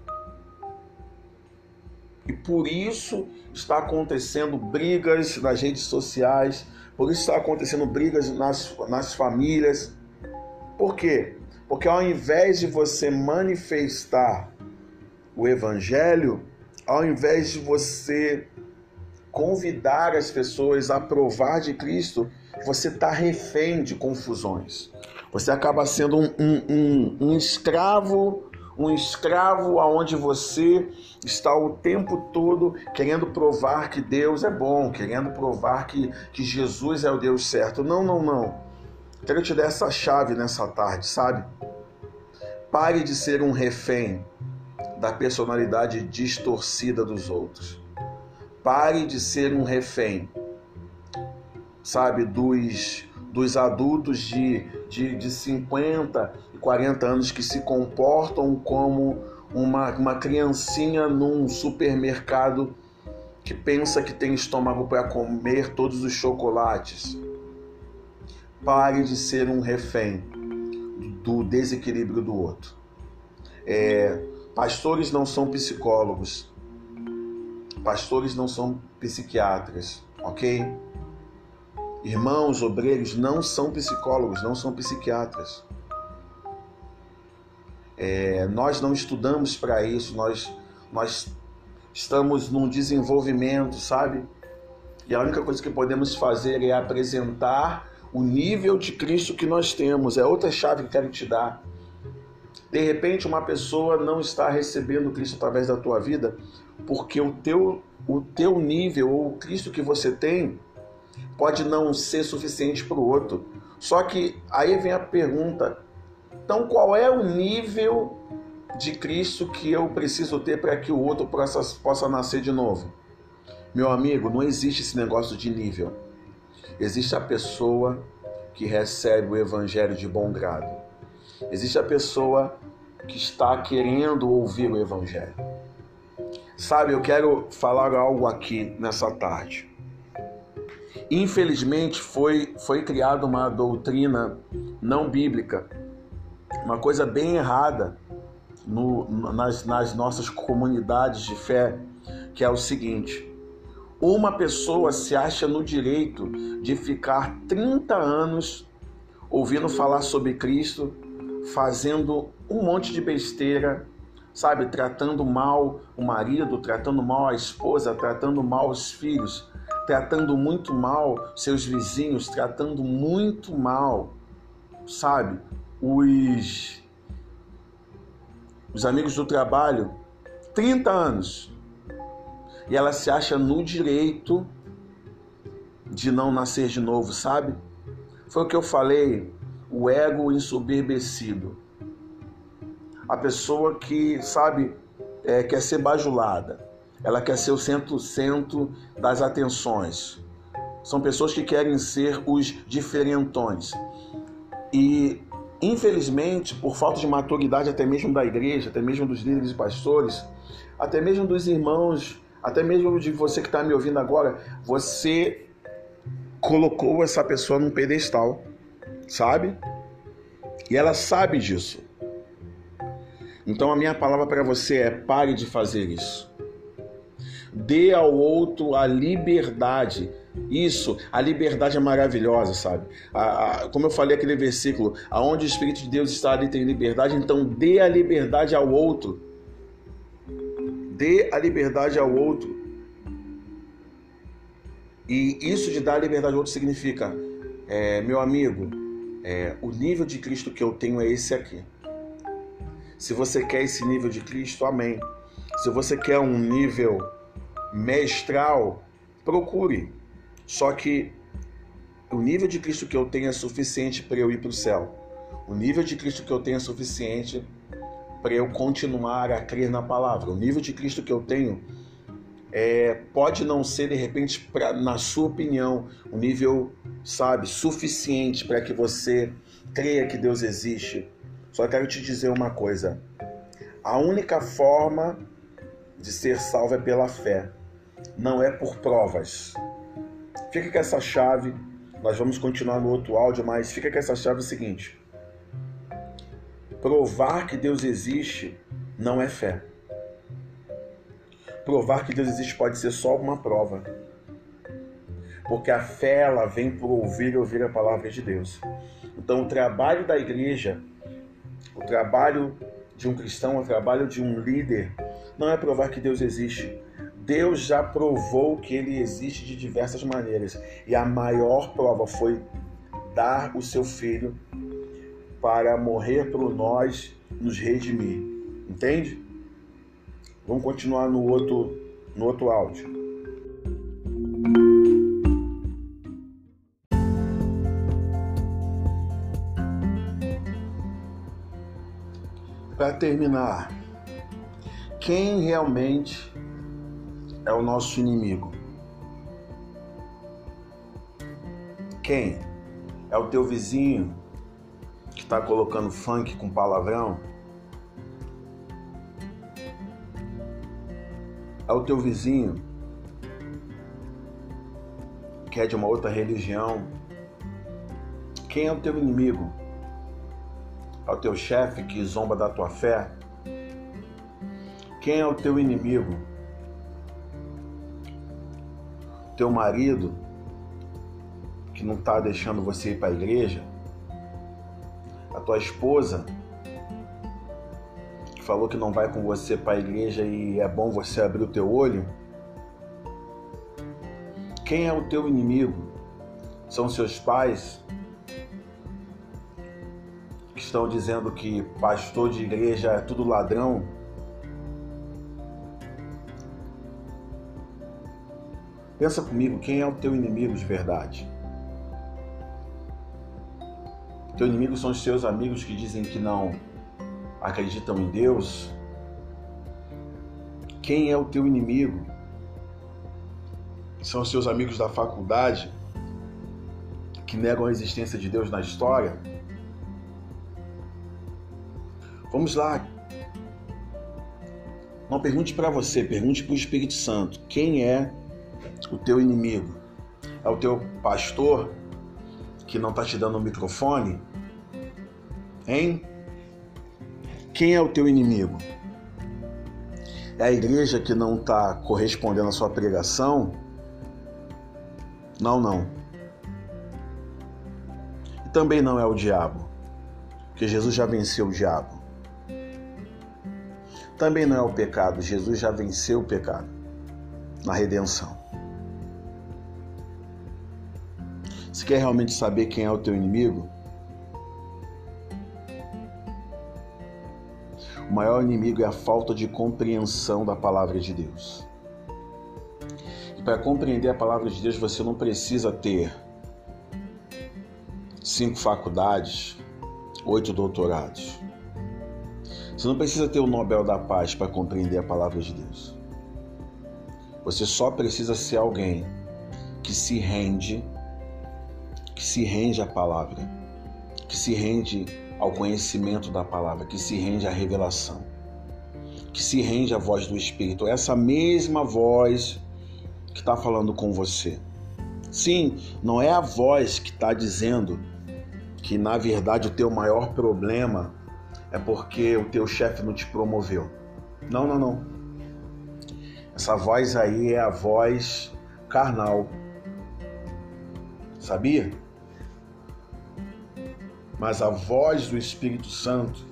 E por isso está acontecendo brigas nas redes sociais, por isso está acontecendo brigas nas, nas famílias. Por quê? Porque ao invés de você manifestar o evangelho, ao invés de você convidar as pessoas a provar de Cristo, você está refém de confusões. Você acaba sendo um, um, um, um escravo, um escravo aonde você está o tempo todo querendo provar que Deus é bom, querendo provar que, que Jesus é o Deus certo. Não, não, não. Quero te dar essa chave nessa tarde, sabe? Pare de ser um refém da personalidade distorcida dos outros. Pare de ser um refém, sabe, dos, dos adultos de, de, de cinquenta e quarenta anos que se comportam como uma, uma criancinha num supermercado que pensa que tem estômago para comer todos os chocolates. Pare de ser um refém do desequilíbrio do outro. É, pastores não são psicólogos. Pastores não são psiquiatras, ok? Irmãos, obreiros não são psicólogos, não são psiquiatras. É, nós não estudamos para isso, nós, nós estamos num desenvolvimento, sabe? E a única coisa que podemos fazer é apresentar o nível de Cristo que nós temos. É outra chave que eu quero te dar. De repente, uma pessoa não está recebendo Cristo através da tua vida porque o teu, o teu nível ou o Cristo que você tem pode não ser suficiente para o outro. Só que aí vem a pergunta, então qual é o nível de Cristo que eu preciso ter para que o outro possa, possa nascer de novo? Meu amigo, não existe esse negócio de nível. Existe a pessoa que recebe o evangelho de bom grado. Existe a pessoa que está querendo ouvir o evangelho. Sabe, eu quero falar algo aqui nessa tarde. Infelizmente foi, foi criada uma doutrina não bíblica, uma coisa bem errada no, nas, nas nossas comunidades de fé, que é o seguinte: uma pessoa se acha no direito de ficar trinta anos ouvindo falar sobre Cristo, fazendo um monte de besteira, sabe, tratando mal o marido, tratando mal a esposa, tratando mal os filhos, tratando muito mal seus vizinhos, tratando muito mal, sabe, os, os amigos do trabalho, trinta anos. E ela se acha no direito de não nascer de novo, sabe? Foi o que eu falei, o ego ensoberbecido. A pessoa que, sabe, é, quer ser bajulada. Ela quer ser o cento por cento das atenções. São pessoas que querem ser os diferentões. E, infelizmente, por falta de maturidade até mesmo da igreja, até mesmo dos líderes e pastores, até mesmo dos irmãos, até mesmo de você que está me ouvindo agora, você colocou essa pessoa num pedestal, sabe? E ela sabe disso. Então a minha palavra para você é: pare de fazer isso. Dê ao outro a liberdade. Isso, a liberdade é maravilhosa, sabe? A, a, como eu falei aquele versículo, aonde o Espírito de Deus está, ali tem liberdade. Então dê a liberdade ao outro. Dê a liberdade ao outro. E isso de dar a liberdade ao outro significa, é, meu amigo, é, o nível de Cristo que eu tenho é esse aqui. Se você quer esse nível de Cristo, amém. Se você quer um nível mestral, procure. Só que o nível de Cristo que eu tenho é suficiente para eu ir para o céu. O nível de Cristo que eu tenho é suficiente para eu continuar a crer na palavra. O nível de Cristo que eu tenho é, pode não ser, de repente, pra, na sua opinião, um nível, sabe, suficiente para que você creia que Deus existe. Só quero te dizer uma coisa. A única forma de ser salvo é pela fé. Não é por provas. Fica com essa chave. Nós vamos continuar no outro áudio, mas fica com essa chave seguinte. Provar que Deus existe não é fé. Provar que Deus existe pode ser só uma prova. Porque a fé, ela vem por ouvir e ouvir a palavra de Deus. Então o trabalho da igreja, o trabalho de um cristão, o trabalho de um líder, não é provar que Deus existe. Deus já provou que Ele existe de diversas maneiras. E a maior prova foi dar o seu Filho para morrer por nós, nos redimir. Entende? Vamos continuar no outro, no outro áudio. Para terminar, quem realmente é o nosso inimigo? Quem? É o teu vizinho que está colocando funk com palavrão? É o teu vizinho que é de uma outra religião? Quem é o teu inimigo? É o teu chefe que zomba da tua fé? Quem é o teu inimigo? Teu marido que não está deixando você ir para a igreja? A tua esposa que falou que não vai com você para a igreja e é bom você abrir o teu olho? Quem é o teu inimigo? São seus pais que estão dizendo que pastor de igreja é tudo ladrão? Pensa comigo, quem é o teu inimigo de verdade? Teu inimigo são os seus amigos que dizem que não acreditam em Deus? Quem é o teu inimigo? São os seus amigos da faculdade que negam a existência de Deus na história? Vamos lá. Não pergunte para você, pergunte para o Espírito Santo. Quem é o teu inimigo? É o teu pastor que não está te dando o microfone? Hein? Quem é o teu inimigo? É a igreja que não está correspondendo à sua pregação? Não, não. E também não é o diabo, porque Jesus já venceu o diabo. Também não é o pecado, Jesus já venceu o pecado na redenção. Se quer realmente saber quem é o teu inimigo, o maior inimigo é a falta de compreensão da palavra de Deus. E para compreender a palavra de Deus, você não precisa ter cinco faculdades, oito doutorados. Você não precisa ter o Nobel da Paz para compreender a palavra de Deus. Você só precisa ser alguém que se rende, que se rende à palavra, que se rende ao conhecimento da palavra, que se rende à revelação, que se rende à voz do Espírito. Essa mesma voz que está falando com você. Sim, não é a voz que está dizendo que, na verdade, o teu maior problema é porque o teu chefe não te promoveu. Não, não, não. Essa voz aí é a voz carnal. Sabia? Mas a voz do Espírito Santo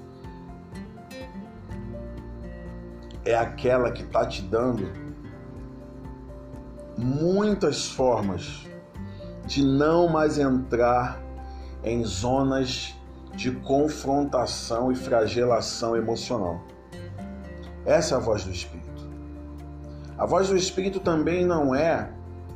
é aquela que está te dando muitas formas de não mais entrar em zonas de confrontação e flagelação emocional. Essa é a voz do Espírito. A voz do Espírito também não é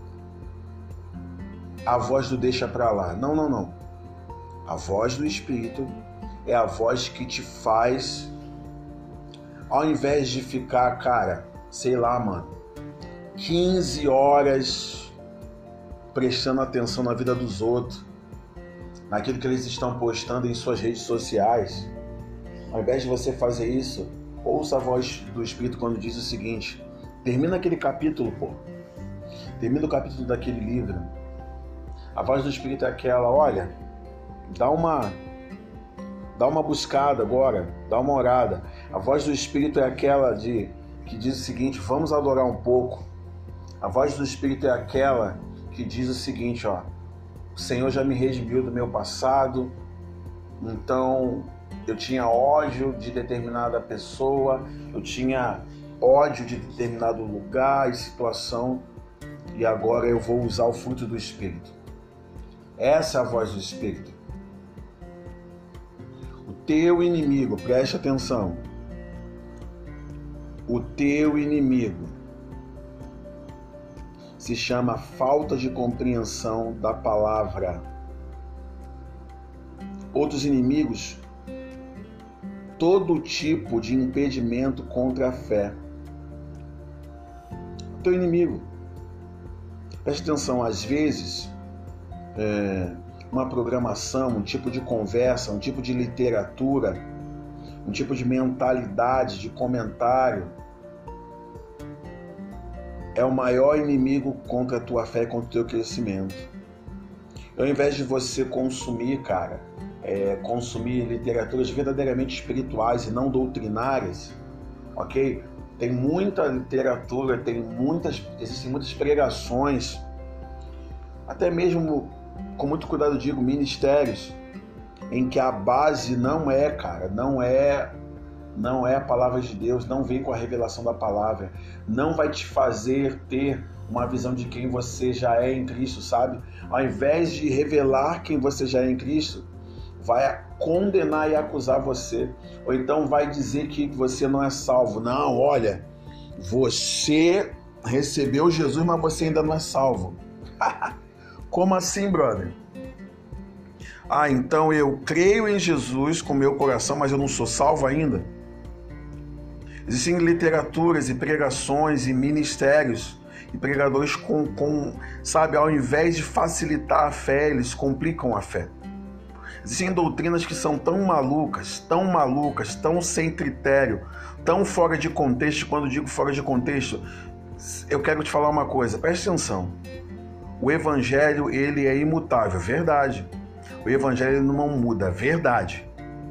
a voz do deixa pra lá. Não, não, não. A voz do Espírito é a voz que te faz, ao invés de ficar, cara, sei lá, mano, quinze horas prestando atenção na vida dos outros, naquilo que eles estão postando em suas redes sociais, ao invés de você fazer isso, ouça a voz do Espírito quando diz o seguinte: termina aquele capítulo, pô. Termina o capítulo daquele livro. A voz do Espírito é aquela, olha, dá uma, dá uma buscada agora, dá uma orada. A voz do Espírito é aquela de, que diz o seguinte: vamos adorar um pouco. A voz do Espírito é aquela que diz o seguinte, ó: o Senhor já me redimiu do meu passado, então eu tinha ódio de determinada pessoa, eu tinha ódio de determinado lugar e situação, e agora eu vou usar o fruto do Espírito. Essa é a voz do Espírito. O teu inimigo, preste atenção, o teu inimigo se chama falta de compreensão da palavra. Outros inimigos, todo tipo de impedimento contra a fé. O teu inimigo. Preste atenção, às vezes, é, uma programação, um tipo de conversa, um tipo de literatura, um tipo de mentalidade, de comentário, é o maior inimigo contra a tua fé e contra o teu crescimento. Ao invés de você consumir, cara, é, consumir literaturas verdadeiramente espirituais e não doutrinárias, ok? Tem muita literatura, tem muitas, existem muitas pregações, até mesmo, com muito cuidado digo, ministérios, em que a base não é, cara, não é... não é a palavra de Deus, não vem com a revelação da palavra, não vai te fazer ter uma visão de quem você já é em Cristo, sabe? Ao invés de revelar quem você já é em Cristo, vai condenar e acusar você, ou então vai dizer que você não é salvo. Não, olha, você recebeu Jesus, mas você ainda não é salvo. Como assim, brother? Ah, então eu creio em Jesus com meu coração, mas eu não sou salvo ainda? Existem literaturas e pregações e ministérios e pregadores com, com, sabe, ao invés de facilitar a fé, eles complicam a fé. Existem doutrinas que são tão malucas, tão malucas, tão sem critério, tão fora de contexto. Quando digo fora de contexto, eu quero te falar uma coisa, preste atenção. O evangelho, ele é imutável, verdade. O evangelho ele não muda, verdade.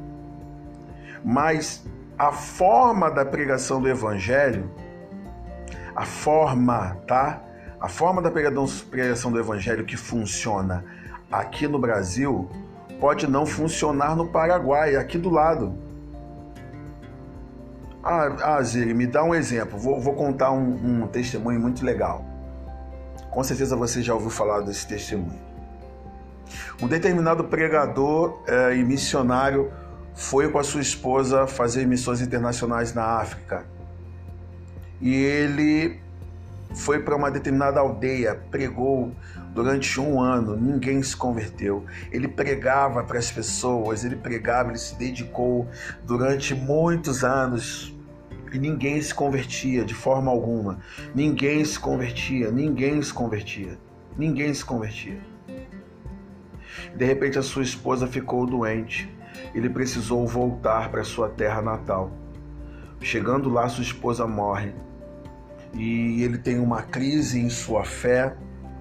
Mas a forma da pregação do evangelho, a forma, tá? A forma da pregação do evangelho que funciona aqui no Brasil pode não funcionar no Paraguai, aqui do lado. Ah, ah Ziri, me dá um exemplo. Vou, vou contar um, um testemunho muito legal. Com certeza você já ouviu falar desse testemunho. Um determinado pregador eh, e missionário foi com a sua esposa fazer missões internacionais na África. E ele foi para uma determinada aldeia, pregou durante um ano, ninguém se converteu. Ele pregava para as pessoas, ele pregava, ele se dedicou durante muitos anos E ninguém se convertia de forma alguma. Ninguém se convertia, ninguém se convertia. Ninguém se convertia. De repente a sua esposa ficou doente. Ele precisou voltar para sua terra natal. Chegando lá, sua esposa morre. E ele tem uma crise em sua fé.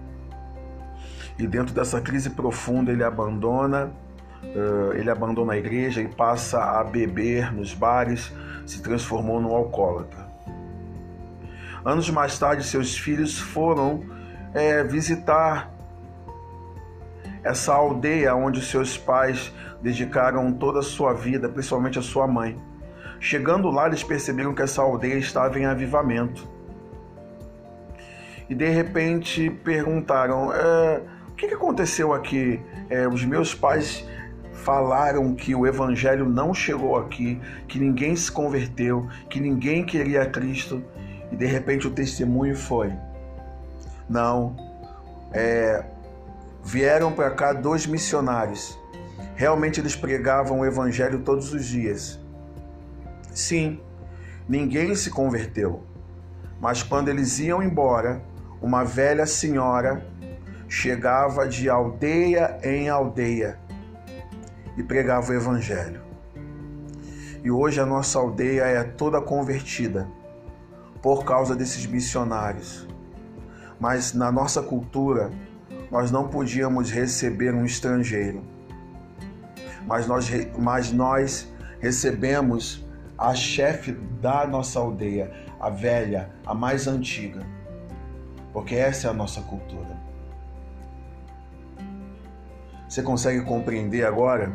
E dentro dessa crise profunda ele abandona, uh, ele abandona a igreja e passa a beber nos bares, se transformou num alcoólatra. Anos mais tarde, seus filhos foram é, visitar essa aldeia onde seus pais dedicaram toda a sua vida, principalmente a sua mãe. Chegando lá, eles perceberam que essa aldeia estava em avivamento. E de repente perguntaram, é, o que aconteceu aqui? É, os meus pais falaram que o evangelho não chegou aqui, que ninguém se converteu, que ninguém queria Cristo. E de repente o testemunho foi, não, é, vieram para cá dois missionários. Realmente eles pregavam o evangelho todos os dias. Sim, ninguém se converteu. Mas quando eles iam embora, uma velha senhora chegava de aldeia em aldeia e pregava o evangelho. E hoje a nossa aldeia é toda convertida por causa desses missionários. Mas na nossa cultura, nós não podíamos receber um estrangeiro. Mas nós, mas nós recebemos a chefe da nossa aldeia, a velha, a mais antiga. Porque essa é a nossa cultura. Você consegue compreender agora?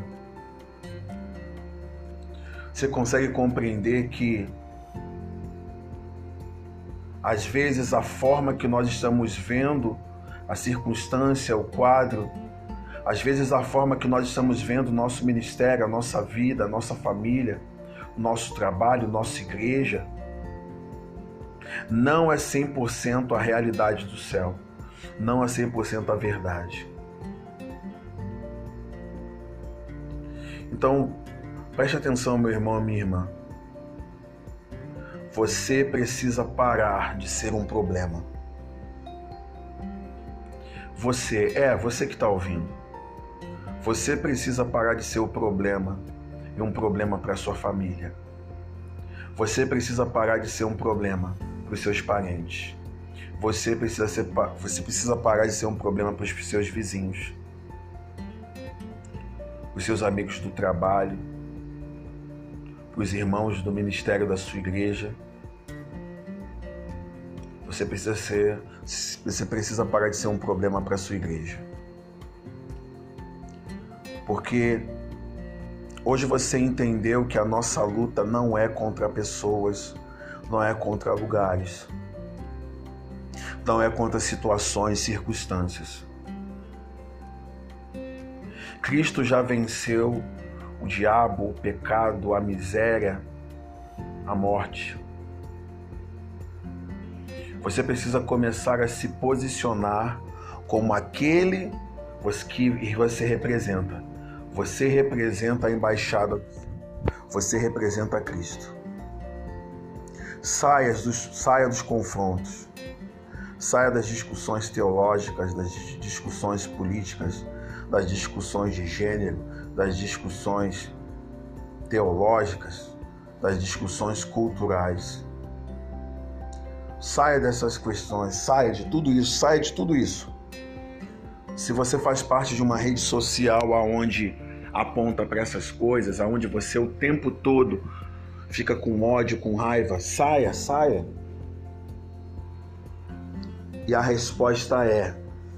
Você consegue compreender que às vezes a forma que nós estamos vendo a circunstância, o quadro, às vezes a forma que nós estamos vendo o nosso ministério, a nossa vida, a nossa família, o nosso trabalho, nossa igreja, não é cem por cento a realidade do céu, não é cem por cento a verdade. Então, preste atenção, meu irmão, minha irmã. Você precisa parar de ser um problema. Você, é, você que está ouvindo. Você precisa parar de ser o problema e um problema para a sua família. Você precisa parar de ser um problema para os seus parentes. Você precisa, ser, você precisa parar de ser um problema para os seus vizinhos, os seus amigos do trabalho, os irmãos do ministério da sua igreja. Você precisa ser, você precisa parar de ser um problema para a sua igreja. Porque hoje você entendeu que a nossa luta não é contra pessoas, não é contra lugares, não é contra situações, circunstâncias. Cristo já venceu o diabo, o pecado, a miséria, a morte. Você precisa começar a se posicionar como aquele que você representa. Você representa a embaixada, você representa Cristo. Saia dos, saia dos confrontos, saia das discussões teológicas, das discussões políticas, das discussões de gênero, das discussões teológicas, das discussões culturais. Saia dessas questões, saia de tudo isso, saia de tudo isso. Se você faz parte de uma rede social aonde aponta para essas coisas, aonde você o tempo todo fica com ódio, com raiva, saia, saia. E a resposta é: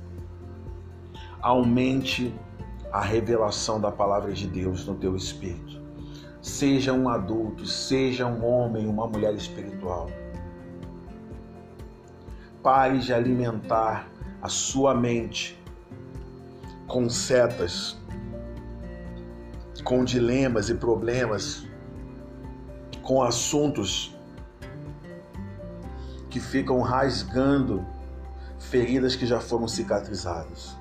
aumente a revelação da palavra de Deus no teu espírito. Seja um adulto, seja um homem, uma mulher espiritual. Pare de alimentar a sua mente com setas, com dilemas e problemas, com assuntos que ficam rasgando feridas que já foram cicatrizadas.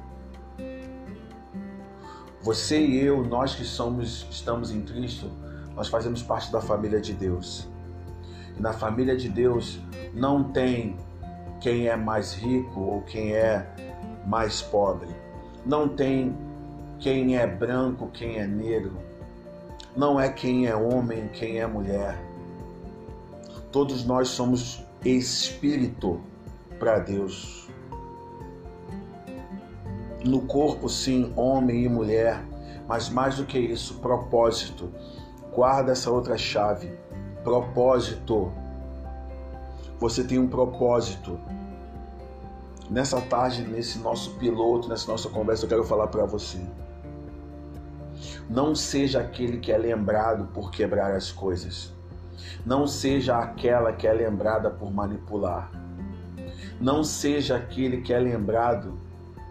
Você e eu, nós que somos, estamos em Cristo, nós fazemos parte da família de Deus. E na família de Deus não tem quem é mais rico ou quem é mais pobre. Não tem quem é branco, quem é negro. Não é quem é homem, quem é mulher. Todos nós somos espírito para Deus. No corpo, sim, homem e mulher, mas mais do que isso, propósito. Guarda essa outra chave. Propósito. Você tem um propósito. Nessa tarde, nesse nosso piloto, nessa nossa conversa, eu quero falar para você. Não seja aquele que é lembrado por quebrar as coisas. Não seja aquela que é lembrada por manipular. Não seja aquele que é lembrado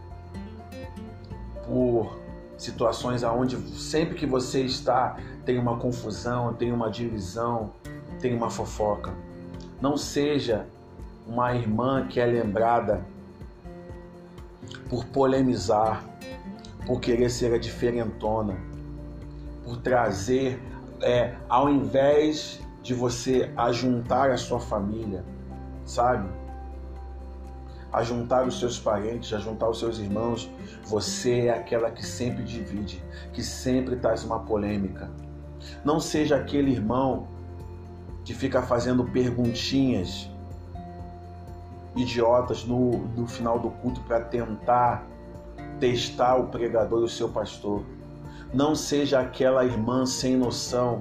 por situações onde sempre que você está tem uma confusão, tem uma divisão, tem uma fofoca. Não seja uma irmã que é lembrada por polemizar, por querer ser a diferentona, por trazer, é, ao invés de você ajuntar a sua família, sabe? Ajuntar os seus parentes, ajuntar os seus irmãos, você é aquela que sempre divide, que sempre traz uma polêmica. Não seja aquele irmão que fica fazendo perguntinhas idiotas no, no final do culto para tentar testar o pregador e o seu pastor. Não seja aquela irmã sem noção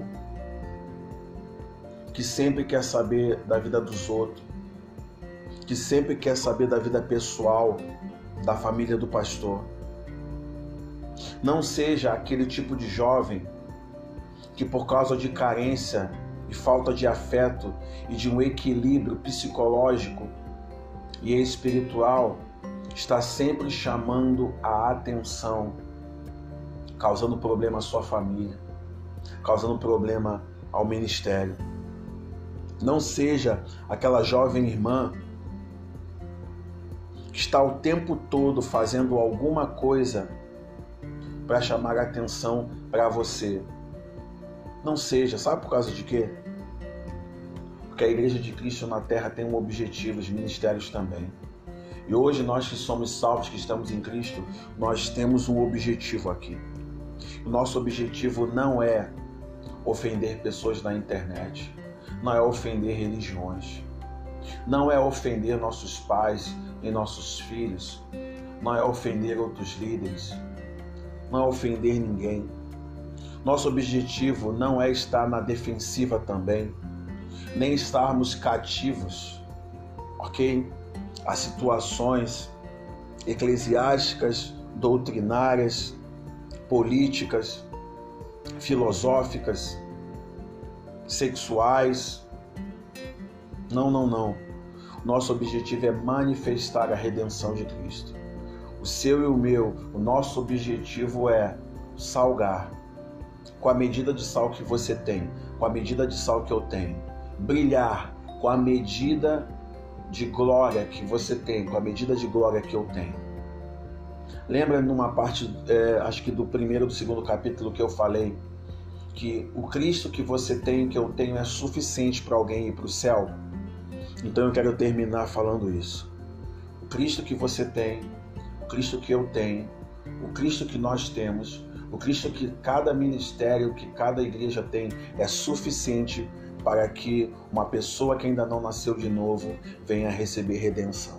que sempre quer saber da vida dos outros, que sempre quer saber da vida pessoal da família do pastor. Não seja aquele tipo de jovem que, por causa de carência e falta de afeto e de um equilíbrio psicológico e espiritual, está sempre chamando a atenção, causando problema à sua família, causando problema ao ministério. Não seja aquela jovem irmã que está o tempo todo fazendo alguma coisa para chamar a atenção para você. Não seja, sabe por causa de quê? Porque a Igreja de Cristo na Terra tem um objetivo, os ministérios também. E hoje nós que somos salvos, que estamos em Cristo, nós temos um objetivo aqui. O nosso objetivo não é ofender pessoas na internet, não é ofender religiões, não é ofender nossos pais e nossos filhos, não é ofender outros líderes, não é ofender ninguém. Nosso objetivo não é estar na defensiva também, nem estarmos cativos, ok? A situações eclesiásticas, doutrinárias, políticas, filosóficas, sexuais. Não, não, não. Nosso objetivo é manifestar a redenção de Cristo. O seu e o meu, o nosso objetivo é salgar. Com a medida de sal que você tem, com a medida de sal que eu tenho. Brilhar com a medida de glória que você tem, com a medida de glória que eu tenho. Lembra numa parte, é, acho que do primeiro, do segundo capítulo que eu falei, que o Cristo que você tem, que eu tenho, é suficiente para alguém ir para o céu? Então eu quero terminar falando isso. O Cristo que você tem, o Cristo que eu tenho, o Cristo que nós temos, o Cristo que cada ministério, que cada igreja tem, é suficiente para que uma pessoa que ainda não nasceu de novo venha receber redenção.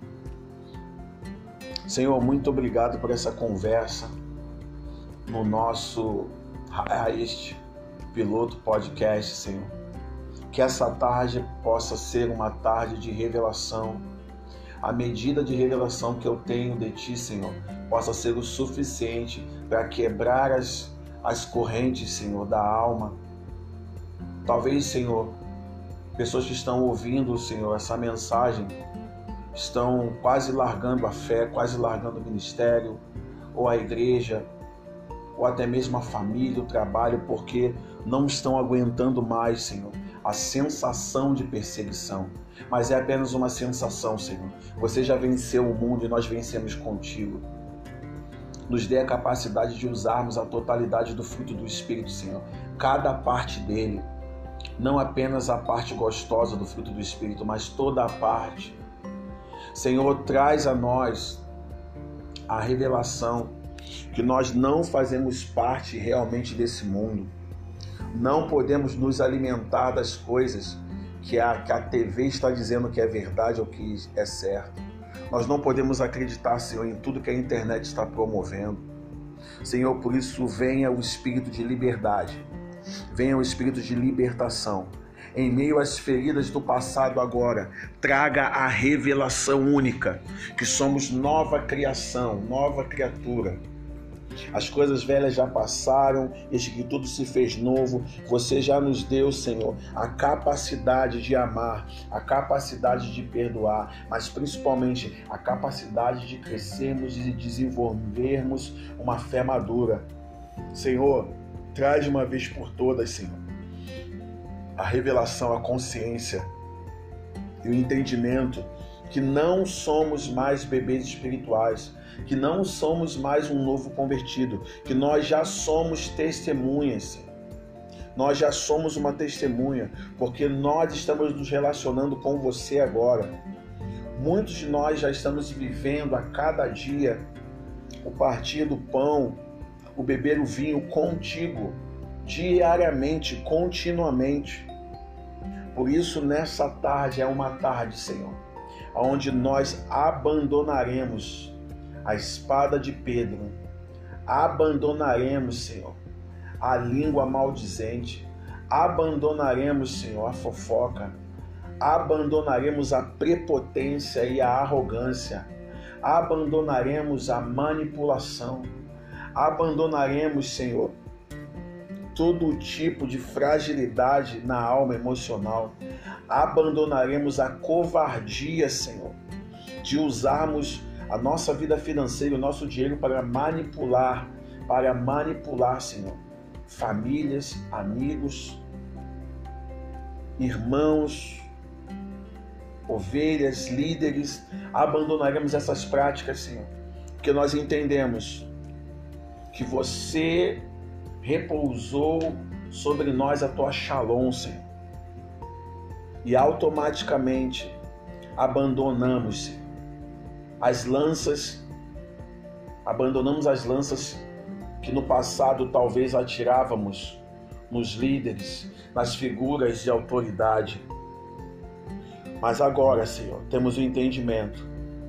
Senhor, muito obrigado por essa conversa no nosso Raiz Piloto Podcast, Senhor. Que essa tarde possa ser uma tarde de revelação. A medida de revelação que eu tenho de Ti, Senhor, possa ser o suficiente para quebrar as, as correntes, Senhor, da alma. Talvez, Senhor, pessoas que estão ouvindo, Senhor, essa mensagem, estão quase largando a fé, quase largando o ministério, ou a igreja, ou até mesmo a família, o trabalho, porque não estão aguentando mais, Senhor, a sensação de perseguição. Mas é apenas uma sensação, Senhor. Você já venceu o mundo e nós vencemos contigo. Nos dê a capacidade de usarmos a totalidade do fruto do Espírito, Senhor. Cada parte dele. não apenas a parte gostosa do fruto do Espírito, mas toda a parte. Senhor, traz a nós a revelação que nós não fazemos parte realmente desse mundo. Não podemos nos alimentar das coisas que a, que a T V está dizendo que é verdade ou que é certo. Nós não podemos acreditar, Senhor, em tudo que a internet está promovendo. Senhor, por isso venha o espírito de liberdade, venha o espírito de libertação. Em meio às feridas do passado agora, traga a revelação única, que somos nova criação, nova criatura. As coisas velhas já passaram, eis que tudo se fez novo. Você já nos deu, Senhor, a capacidade de amar, a capacidade de perdoar, mas principalmente a capacidade de crescermos e de desenvolvermos uma fé madura. Senhor, traz de uma vez por todas, Senhor, a revelação, a consciência e o entendimento que não somos mais bebês espirituais, que não somos mais um novo convertido, que nós já somos testemunhas, Senhor. Nós já somos uma testemunha, porque nós estamos nos relacionando com você agora. Muitos de nós já estamos vivendo a cada dia o partir do pão, o beber o vinho contigo, diariamente, continuamente. Por isso, nessa tarde é uma tarde, Senhor, onde nós abandonaremos a espada de Pedro, abandonaremos, Senhor, a língua maldizente, abandonaremos, Senhor, a fofoca, abandonaremos a prepotência e a arrogância, abandonaremos a manipulação, abandonaremos, Senhor, todo tipo de fragilidade na alma emocional, abandonaremos a covardia, Senhor, de usarmos a nossa vida financeira, o nosso dinheiro para manipular, para manipular, Senhor, famílias, amigos, irmãos, ovelhas, líderes. Abandonaremos essas práticas, Senhor, porque nós entendemos que você repousou sobre nós a tua shalom, Senhor, e automaticamente abandonamos, Senhor, as lanças, abandonamos as lanças que no passado talvez atirávamos nos líderes, nas figuras de autoridade. Mas agora, Senhor, temos o entendimento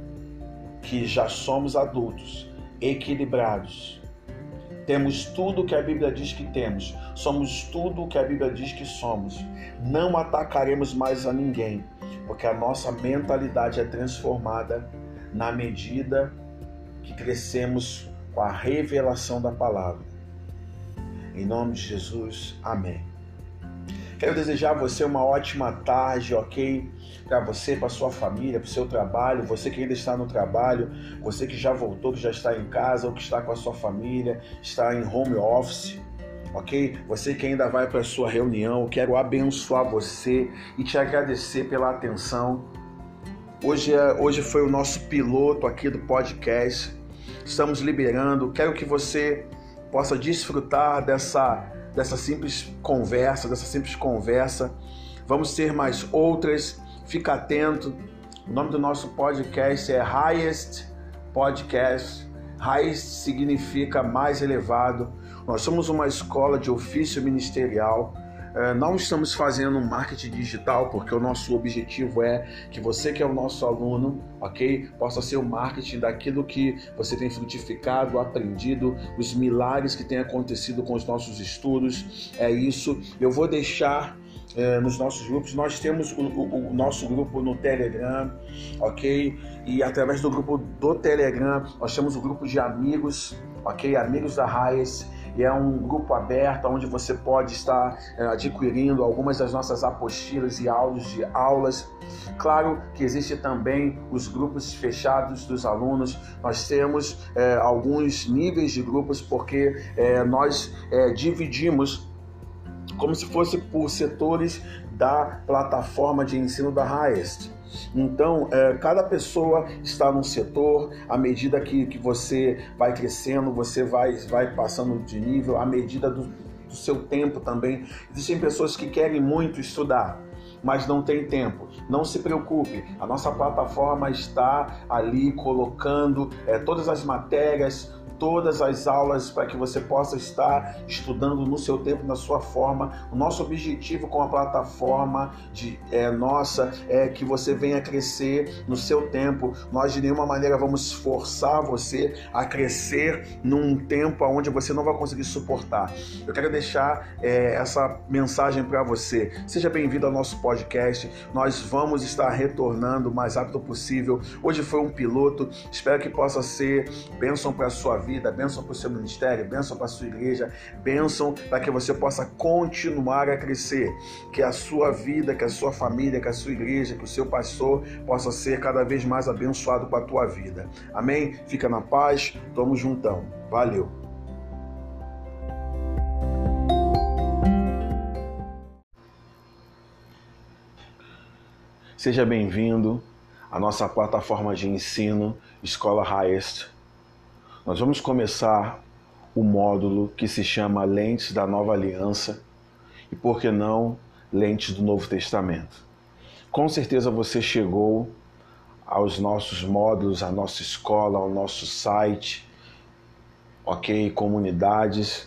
que já somos adultos, equilibrados. Temos tudo o que a Bíblia diz que temos. Somos tudo o que a Bíblia diz que somos. Não atacaremos mais a ninguém, porque a nossa mentalidade é transformada na medida que crescemos com a revelação da palavra. Em nome de Jesus, amém. Quero desejar a você uma ótima tarde, ok? Para você, para sua família, para o seu trabalho, você que ainda está no trabalho, você que já voltou, que já está em casa, ou que está com a sua família, está em home office, ok? Você que ainda vai para a sua reunião, eu quero abençoar você e te agradecer pela atenção. Hoje, é, hoje foi o nosso piloto aqui do podcast. Estamos liberando. Quero que você possa desfrutar dessa, dessa simples conversa, dessa simples conversa. Vamos ter mais outras. Fica atento. O nome do nosso podcast é Highest Podcast. Highest significa mais elevado. Nós somos uma escola de ofício ministerial. Não estamos fazendo um marketing digital, porque o nosso objetivo é que você que é o nosso aluno, ok, possa ser o marketing daquilo que você tem frutificado, aprendido, os milagres que têm acontecido com os nossos estudos. É isso. Eu vou deixar é, nos nossos grupos. Nós temos o, o, o nosso grupo no Telegram, ok? E através do grupo do Telegram, nós temos o grupo de amigos, ok? Amigos da Raiz. E é um grupo aberto onde você pode estar é, adquirindo algumas das nossas apostilas e áudios de aulas. Claro que existe também os grupos fechados dos alunos. Nós temos é, alguns níveis de grupos porque é, nós é, dividimos como se fosse por setores da plataforma de ensino da Highest. Então, é, cada pessoa está num setor. À medida que, que você vai crescendo, você vai, vai passando de nível, à medida do do seu tempo também. Existem pessoas que querem muito estudar, mas não tem tempo. Não se preocupe, a nossa plataforma está ali colocando é, todas as matérias, todas as aulas para que você possa estar estudando no seu tempo, na sua forma. O nosso objetivo com a plataforma de, é, nossa é que você venha crescer no seu tempo. Nós de nenhuma maneira vamos forçar você a crescer num tempo onde você não vai conseguir suportar. Eu quero deixar é, essa mensagem para você. Seja bem-vindo ao nosso podcast. Nós vamos estar retornando o mais rápido possível. Hoje foi um piloto. Espero que possa ser bênção para a sua vida. Vida, bênção para o seu ministério, bênção para a sua igreja, bênção para que você possa continuar a crescer, que a sua vida, que a sua família, que a sua igreja, que o seu pastor possa ser cada vez mais abençoado com a tua vida. Amém? Fica na paz, tamo juntão. Valeu! Seja bem-vindo à nossa plataforma de ensino, Escola Highest. Nós vamos começar o módulo que se chama Lentes da Nova Aliança e, por que não, Lentes do Novo Testamento. Com certeza você chegou aos nossos módulos, à nossa escola, ao nosso site, ok, comunidades,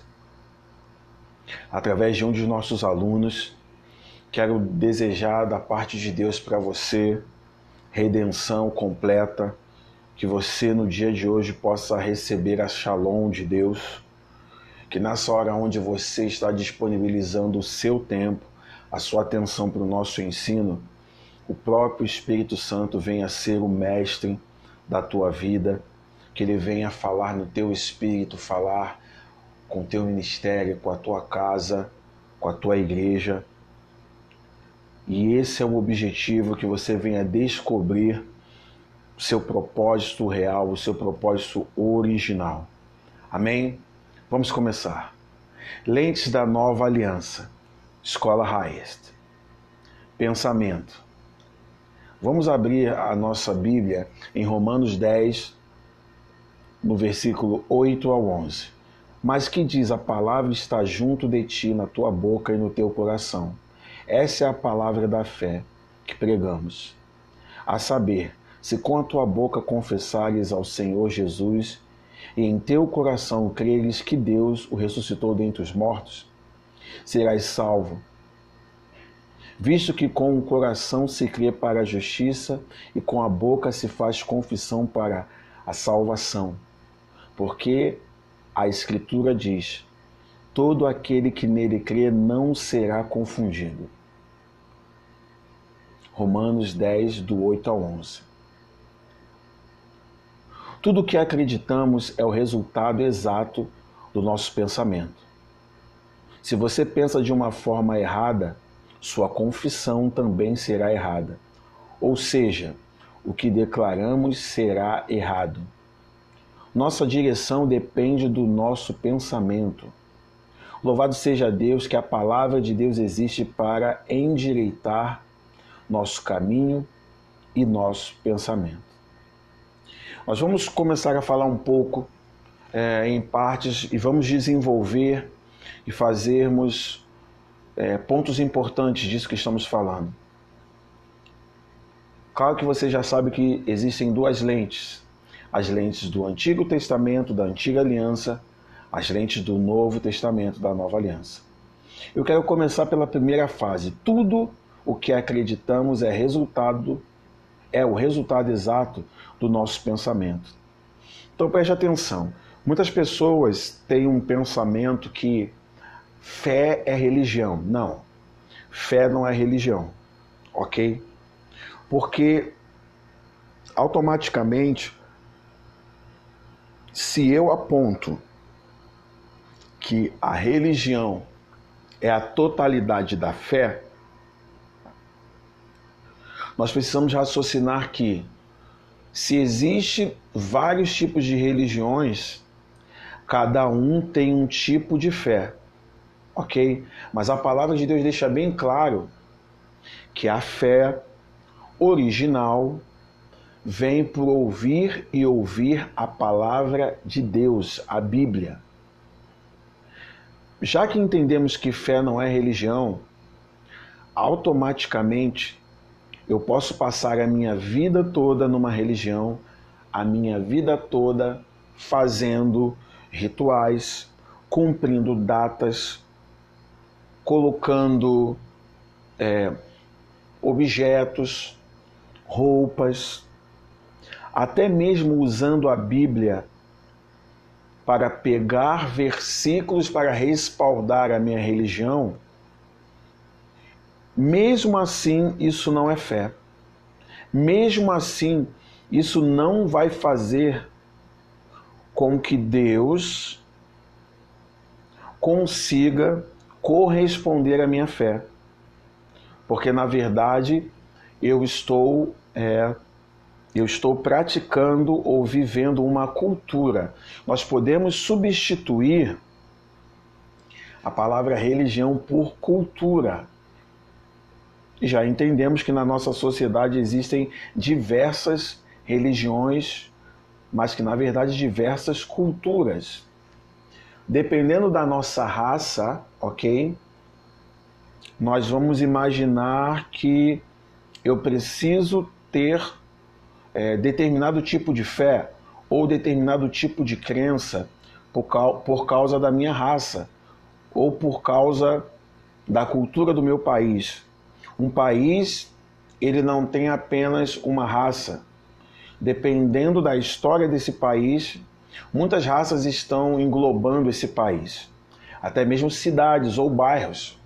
através de um de nossos alunos. Quero desejar da parte de Deus para você redenção completa, que você no dia de hoje possa receber a Shalom de Deus, que nessa hora onde você está disponibilizando o seu tempo, a sua atenção para o nosso ensino, o próprio Espírito Santo venha ser o mestre da tua vida, que ele venha falar no teu espírito, falar com o teu ministério, com a tua casa, com a tua igreja. E esse é o objetivo, que você venha descobrir o seu propósito real, o seu propósito original. Amém? Vamos começar. Lentes da Nova Aliança, Escola Highest. Pensamento. Vamos abrir a nossa Bíblia em Romanos dez, no versículo oito ao onze. Mas que diz: a palavra está junto de ti, na tua boca e no teu coração. Essa é a palavra da fé que pregamos. A saber, se com a tua boca confessares ao Senhor Jesus e em teu coração creres que Deus o ressuscitou dentre os mortos, serás salvo. Visto que com o coração se crê para a justiça e com a boca se faz confissão para a salvação. Porque a Escritura diz: todo aquele que nele crê não será confundido. Romanos dez, do oito ao onze. Tudo o que acreditamos é o resultado exato do nosso pensamento. Se você pensa de uma forma errada, sua confissão também será errada. Ou seja, o que declaramos será errado. Nossa direção depende do nosso pensamento. Louvado seja Deus que a palavra de Deus existe para endireitar nosso caminho e nosso pensamento. Nós vamos começar a falar um pouco é, em partes e vamos desenvolver e fazermos é, pontos importantes disso que estamos falando. Claro que você já sabe que existem duas lentes. As lentes do Antigo Testamento, da Antiga Aliança, as lentes do Novo Testamento, da Nova Aliança. Eu quero começar pela primeira fase. Tudo o que acreditamos é resultado, é o resultado exato do nosso pensamento. Então preste atenção. Muitas pessoas têm um pensamento que fé é religião. Não. Fé não é religião. Ok? Porque automaticamente, se eu aponto que a religião é a totalidade da fé, nós precisamos raciocinar que, se existem vários tipos de religiões, cada um tem um tipo de fé, ok? Mas a palavra de Deus deixa bem claro que a fé original vem por ouvir e ouvir a palavra de Deus, a Bíblia. Já que entendemos que fé não é religião, automaticamente eu posso passar a minha vida toda numa religião, a minha vida toda fazendo rituais, cumprindo datas, colocando é, objetos, roupas, até mesmo usando a Bíblia para pegar versículos para respaldar a minha religião. Mesmo assim, isso não é fé. Mesmo assim, isso não vai fazer com que Deus consiga corresponder à minha fé. Porque, na verdade, eu estou, é, eu estou praticando ou vivendo uma cultura. Nós podemos substituir a palavra religião por cultura. Já entendemos que na nossa sociedade existem diversas religiões, mas que na verdade diversas culturas. Dependendo da nossa raça, ok? Nós vamos imaginar que eu preciso ter é, determinado tipo de fé ou determinado tipo de crença por, cau- por causa da minha raça ou por causa da cultura do meu país. Um país, ele não tem apenas uma raça. Dependendo da história desse país, muitas raças estão englobando esse país. Até mesmo cidades ou bairros.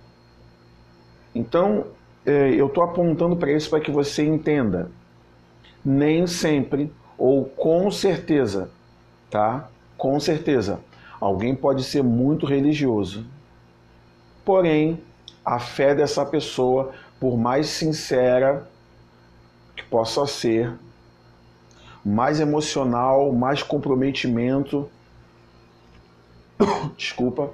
Então, eu estou apontando para isso para que você entenda. Nem sempre, ou com certeza, tá? Com certeza, alguém pode ser muito religioso. Porém, a fé dessa pessoa, por mais sincera que possa ser, mais emocional, mais comprometimento, desculpa,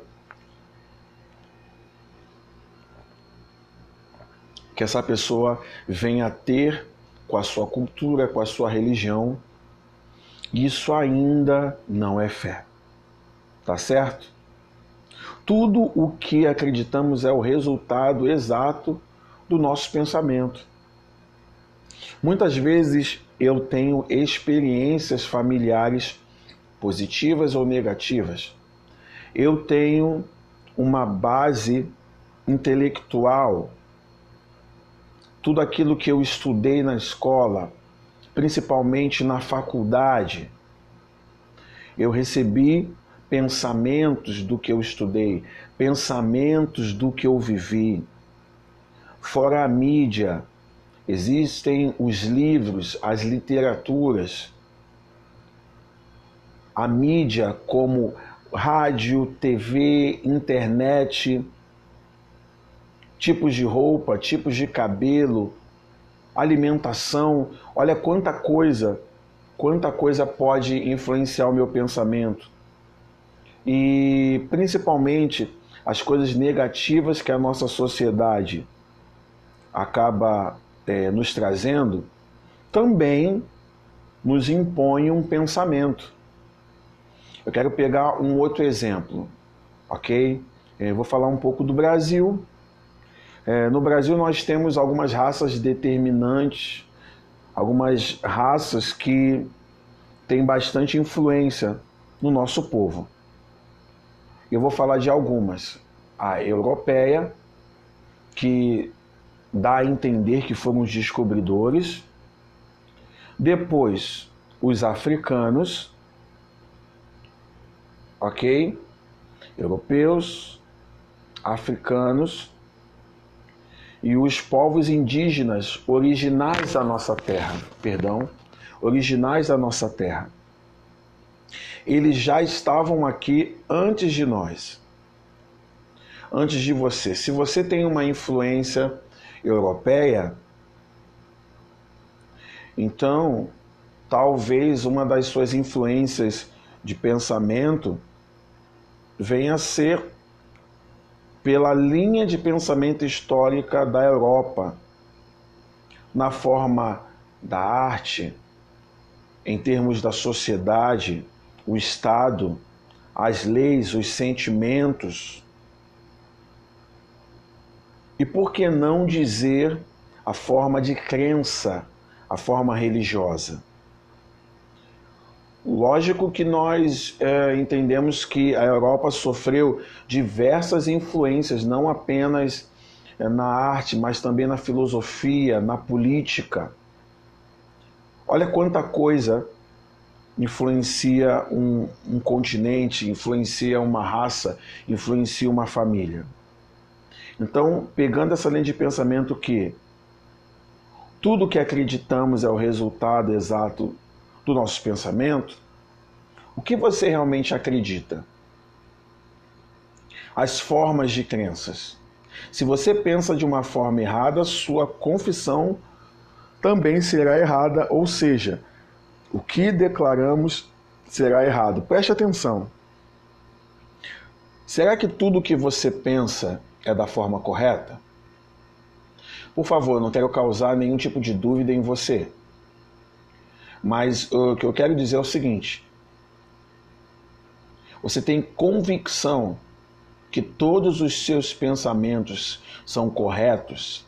que essa pessoa venha a ter com a sua cultura, com a sua religião, isso ainda não é fé. Tá certo? Tudo o que acreditamos é o resultado exato do nosso pensamento. Muitas vezes eu tenho experiências familiares positivas ou negativas. Eu tenho uma base intelectual. Tudo aquilo que eu estudei na escola, principalmente na faculdade, eu recebi pensamentos do que eu estudei, pensamentos do que eu vivi. Fora a mídia, existem os livros, as literaturas, a mídia como rádio, T V, internet, tipos de roupa, tipos de cabelo, alimentação. Olha quanta coisa, quanta coisa pode influenciar o meu pensamento. E principalmente as coisas negativas que a nossa sociedade acaba é, nos trazendo, também nos impõe um pensamento. Eu quero pegar um outro exemplo, ok? Eu vou falar um pouco do Brasil. É, no Brasil nós temos algumas raças determinantes, algumas raças que têm bastante influência no nosso povo. Eu vou falar de algumas. A europeia, que dá a entender que foram os descobridores. Depois, os africanos, ok? Europeus, africanos e os povos indígenas originais da nossa terra, perdão, originais da nossa terra. Eles já estavam aqui antes de nós, antes de você. Se você tem uma influência europeia, então talvez uma das suas influências de pensamento venha a ser pela linha de pensamento histórica da Europa, na forma da arte, em termos da sociedade, o Estado, as leis, os sentimentos. E por que não dizer a forma de crença, a forma religiosa? Lógico que nós é, entendemos que a Europa sofreu diversas influências, não apenas é, na arte, mas também na filosofia, na política. Olha quanta coisa influencia um, um continente, influencia uma raça, influencia uma família. Então, pegando essa linha de pensamento que tudo que acreditamos é o resultado exato do nosso pensamento, o que você realmente acredita? As formas de crenças. Se você pensa de uma forma errada, sua confissão também será errada, ou seja, o que declaramos será errado. Preste atenção. Será que tudo o que você pensa é da forma correta? Por favor, não quero causar nenhum tipo de dúvida em você. Mas o que eu quero dizer é o seguinte: você tem convicção que todos os seus pensamentos são corretos?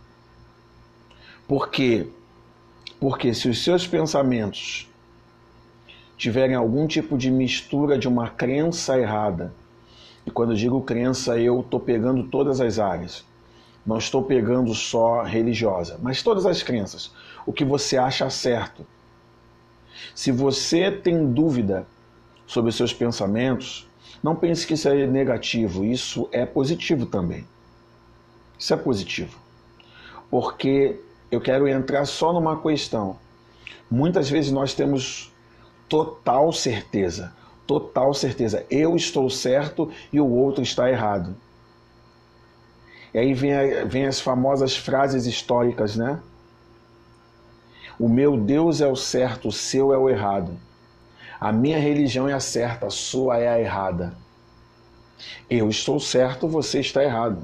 Por quê? Porque se os seus pensamentos tiverem algum tipo de mistura de uma crença errada, e quando eu digo crença, eu estou pegando todas as áreas, não estou pegando só religiosa, mas todas as crenças, o que você acha certo. Se você tem dúvida sobre os seus pensamentos, não pense que isso é negativo, isso é positivo também. Isso é positivo. Porque eu quero entrar só numa questão. Muitas vezes nós temos total certeza, total certeza. Eu estou certo e o outro está errado. E aí vem, vem as famosas frases históricas, né? O meu Deus é o certo, o seu é o errado. A minha religião é a certa, a sua é a errada. Eu estou certo, você está errado.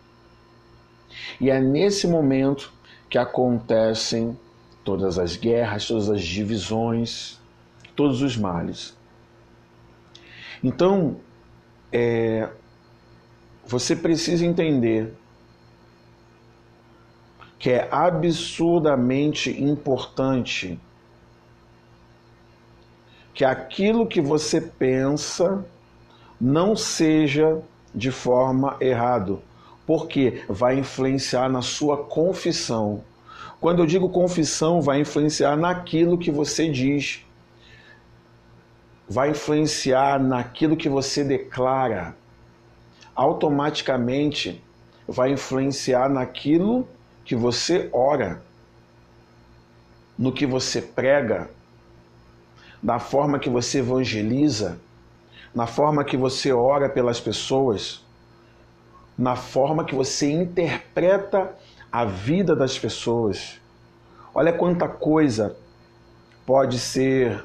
E é nesse momento que acontecem todas as guerras, todas as divisões, todos os males. Então, é, você precisa entender que é absurdamente importante que aquilo que você pensa não seja de forma errada, porque vai influenciar na sua confissão. Quando eu digo confissão, vai influenciar naquilo que você diz, vai influenciar naquilo que você declara, automaticamente vai influenciar naquilo que você ora, no que você prega, na forma que você evangeliza, na forma que você ora pelas pessoas, na forma que você interpreta a vida das pessoas. Olha quanta coisa pode ser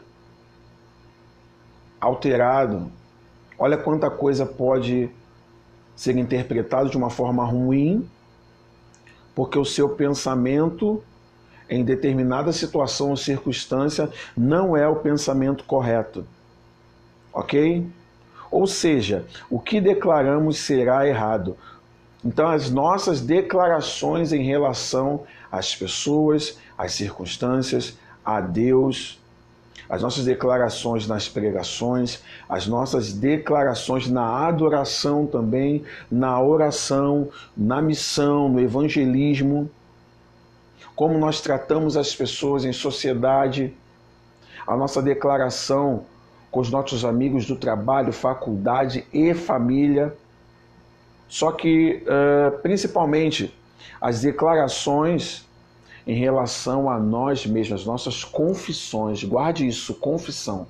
alterado, olha quanta coisa pode ser interpretado de uma forma ruim, porque o seu pensamento em determinada situação ou circunstância não é o pensamento correto. Ok? Ou seja, o que declaramos será errado. Então, as nossas declarações em relação às pessoas, às circunstâncias, a Deus, as nossas declarações nas pregações, as nossas declarações na adoração também, na oração, na missão, no evangelismo, como nós tratamos as pessoas em sociedade, a nossa declaração com os nossos amigos do trabalho, faculdade e família. Só que, uh, principalmente, as declarações em relação a nós mesmos, as nossas confissões. Guarde isso, confissão.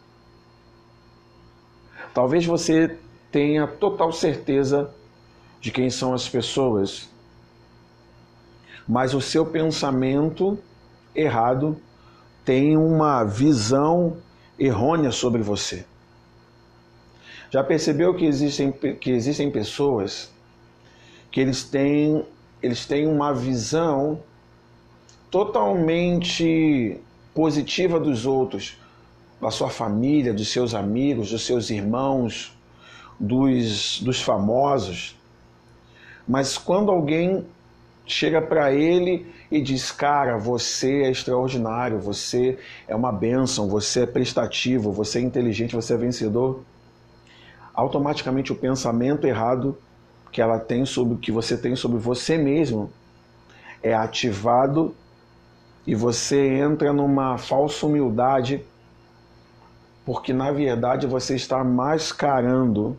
Talvez você tenha total certeza de quem são as pessoas, mas o seu pensamento errado tem uma visão errônea sobre você. Já percebeu que existem, que existem pessoas que eles têm, eles têm uma visão totalmente positiva dos outros, da sua família, dos seus amigos, dos seus irmãos, dos, dos famosos. Mas quando alguém chega para ele e diz: cara, você é extraordinário, você é uma bênção, você é prestativo, você é inteligente, você é vencedor, automaticamente o pensamento errado que ela tem sobre, que você tem sobre você mesmo é ativado e você entra numa falsa humildade, porque na verdade você está mascarando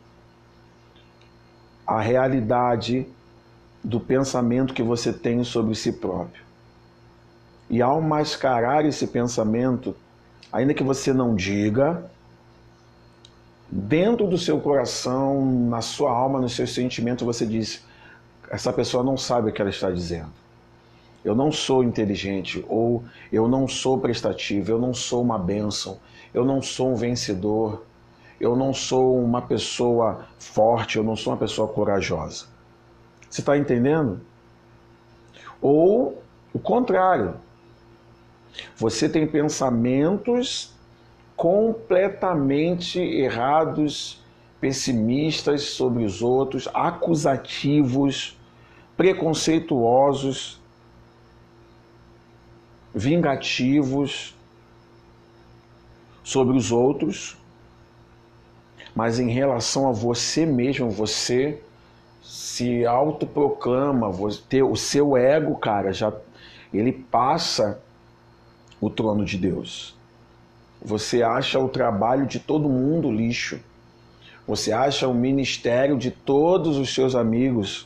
a realidade do pensamento que você tem sobre si próprio. E ao mascarar esse pensamento, ainda que você não diga, dentro do seu coração, na sua alma, nos seus sentimentos, você diz: essa pessoa não sabe o que ela está dizendo. Eu não sou inteligente, ou eu não sou prestativo, eu não sou uma bênção, eu não sou um vencedor, eu não sou uma pessoa forte, eu não sou uma pessoa corajosa. Você está entendendo? Ou o contrário. Você tem pensamentos completamente errados, pessimistas sobre os outros, acusativos, preconceituosos, vingativos sobre os outros, mas em relação a você mesmo, você se autoproclama, o seu ego, cara, já ele passa o trono de Deus. Você acha o trabalho de todo mundo lixo. Você acha o ministério de todos os seus amigos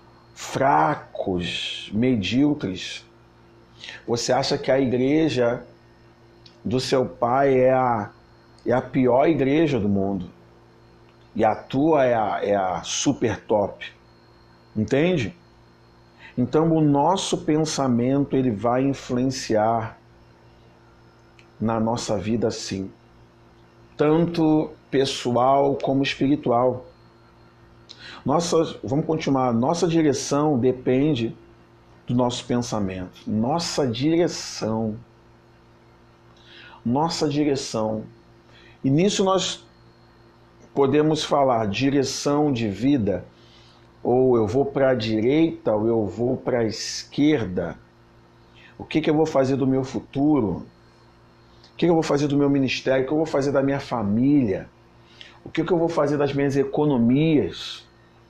fracos, medíocres. Você acha que a igreja do seu pai é a, é a pior igreja do mundo. E a tua é a, é a super top. Entende? Então o nosso pensamento ele vai influenciar na nossa vida, sim. Tanto pessoal como espiritual. Nossa, vamos continuar. Nossa direção depende do nosso pensamento. Nossa direção. Nossa direção. E nisso nós podemos falar direção de vida, ou eu vou para a direita, ou eu vou para a esquerda. O que, que eu vou fazer do meu futuro? O que, que eu vou fazer do meu ministério? O que eu vou fazer da minha família? O que, que eu vou fazer das minhas economias?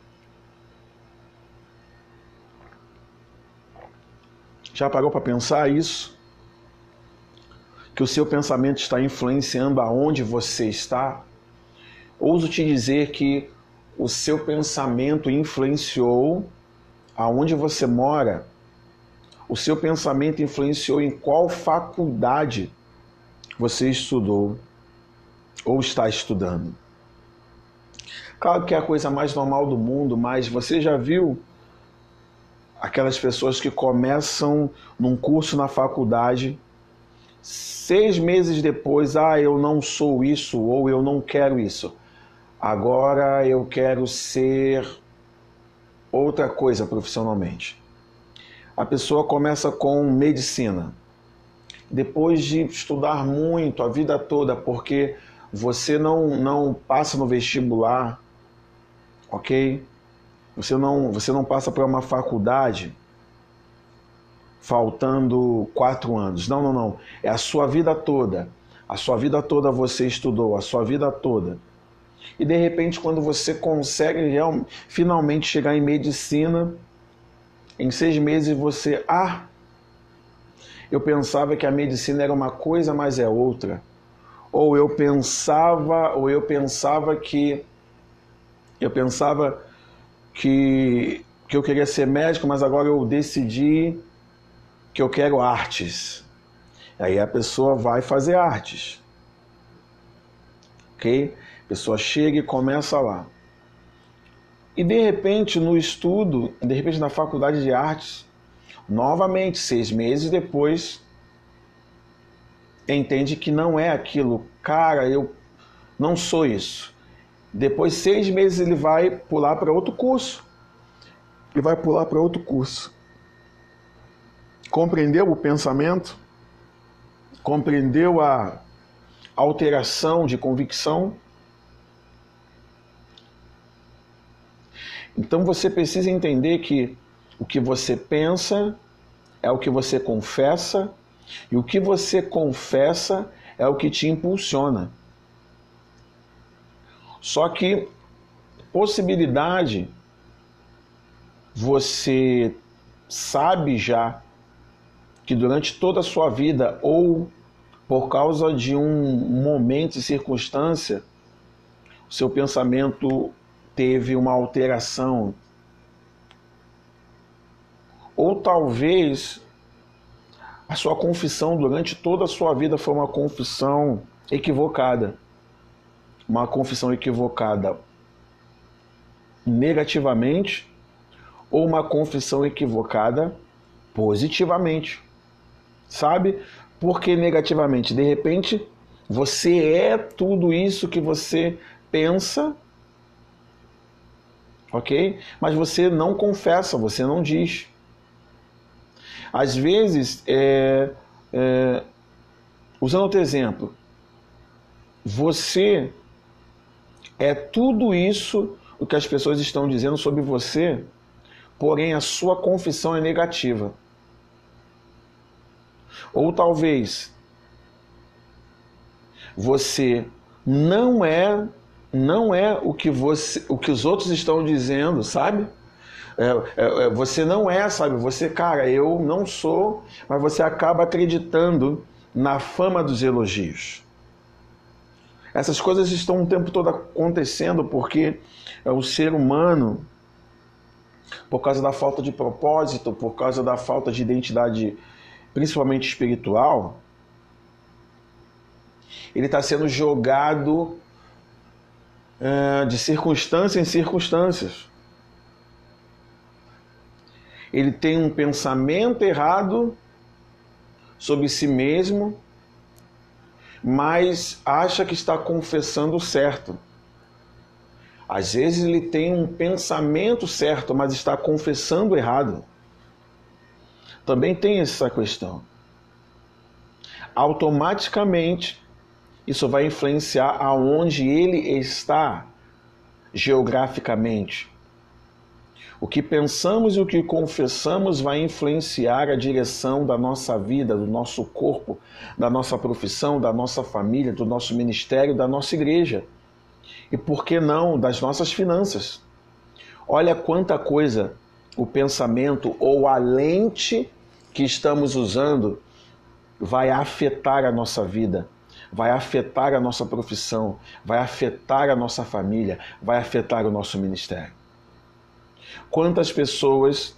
Já parou para pensar isso? Que o seu pensamento está influenciando aonde você está? Ouso te dizer que o seu pensamento influenciou aonde você mora. O seu pensamento influenciou em qual faculdade você estudou ou está estudando. Claro que é a coisa mais normal do mundo, mas você já viu aquelas pessoas que começam num curso na faculdade, seis meses depois, ah, eu não sou isso, ou eu não quero isso. Agora eu quero ser outra coisa profissionalmente. A pessoa começa com medicina. Depois de estudar muito a vida toda, porque você não, não passa no vestibular, ok? Você não, você não passa para uma faculdade faltando quatro anos. Não, não, não. É a sua vida toda. A sua vida toda você estudou, a sua vida toda. E de repente, quando você consegue real, finalmente chegar em medicina, em seis meses você... Ah, eu pensava que a medicina era uma coisa, mas é outra. Ou eu pensava, ou eu pensava que... Eu pensava que, que eu queria ser médico, mas agora eu decidi que eu quero artes. Aí a pessoa vai fazer artes. Ok? A pessoa chega e começa lá. E de repente no estudo, de repente na faculdade de artes, novamente, seis meses depois, entende que não é aquilo. Cara, eu não sou isso. Depois, seis meses, ele vai pular para outro curso. Ele vai pular para outro curso. Compreendeu o pensamento? Compreendeu a, alteração de convicção. Então você precisa entender que o que você pensa é o que você confessa, e o que você confessa é o que te impulsiona. Só que possibilidade, você sabe já que durante toda a sua vida, ou por causa de um momento e circunstância, o seu pensamento teve uma alteração. Ou talvez a sua confissão durante toda a sua vida foi uma confissão equivocada. Uma confissão equivocada negativamente, ou uma confissão equivocada positivamente. Sabe? Por que negativamente? De repente, você é tudo isso que você pensa, ok? Mas você não confessa, você não diz. Às vezes, é, é, usando outro exemplo, você é tudo isso o que as pessoas estão dizendo sobre você, porém a sua confissão é negativa. Ou talvez você não é, não é o que você, o que os outros estão dizendo, sabe? É, é, você não é, sabe? Você, cara, eu não sou, mas você acaba acreditando na fama dos elogios. Essas coisas estão o tempo todo acontecendo porque o ser humano, por causa da falta de propósito, por causa da falta de identidade, principalmente espiritual, ele está sendo jogado uh, de circunstância em circunstâncias. Ele tem um pensamento errado sobre si mesmo, mas acha que está confessando o certo. Às vezes ele tem um pensamento certo, mas está confessando errado. Também tem essa questão. Automaticamente, isso vai influenciar aonde ele está geograficamente. O que pensamos e o que confessamos vai influenciar a direção da nossa vida, do nosso corpo, da nossa profissão, da nossa família, do nosso ministério, da nossa igreja. E por que não, das nossas finanças. Olha quanta coisa o pensamento ou a lente que estamos usando vai afetar a nossa vida, vai afetar a nossa profissão, vai afetar a nossa família, vai afetar o nosso ministério. Quantas pessoas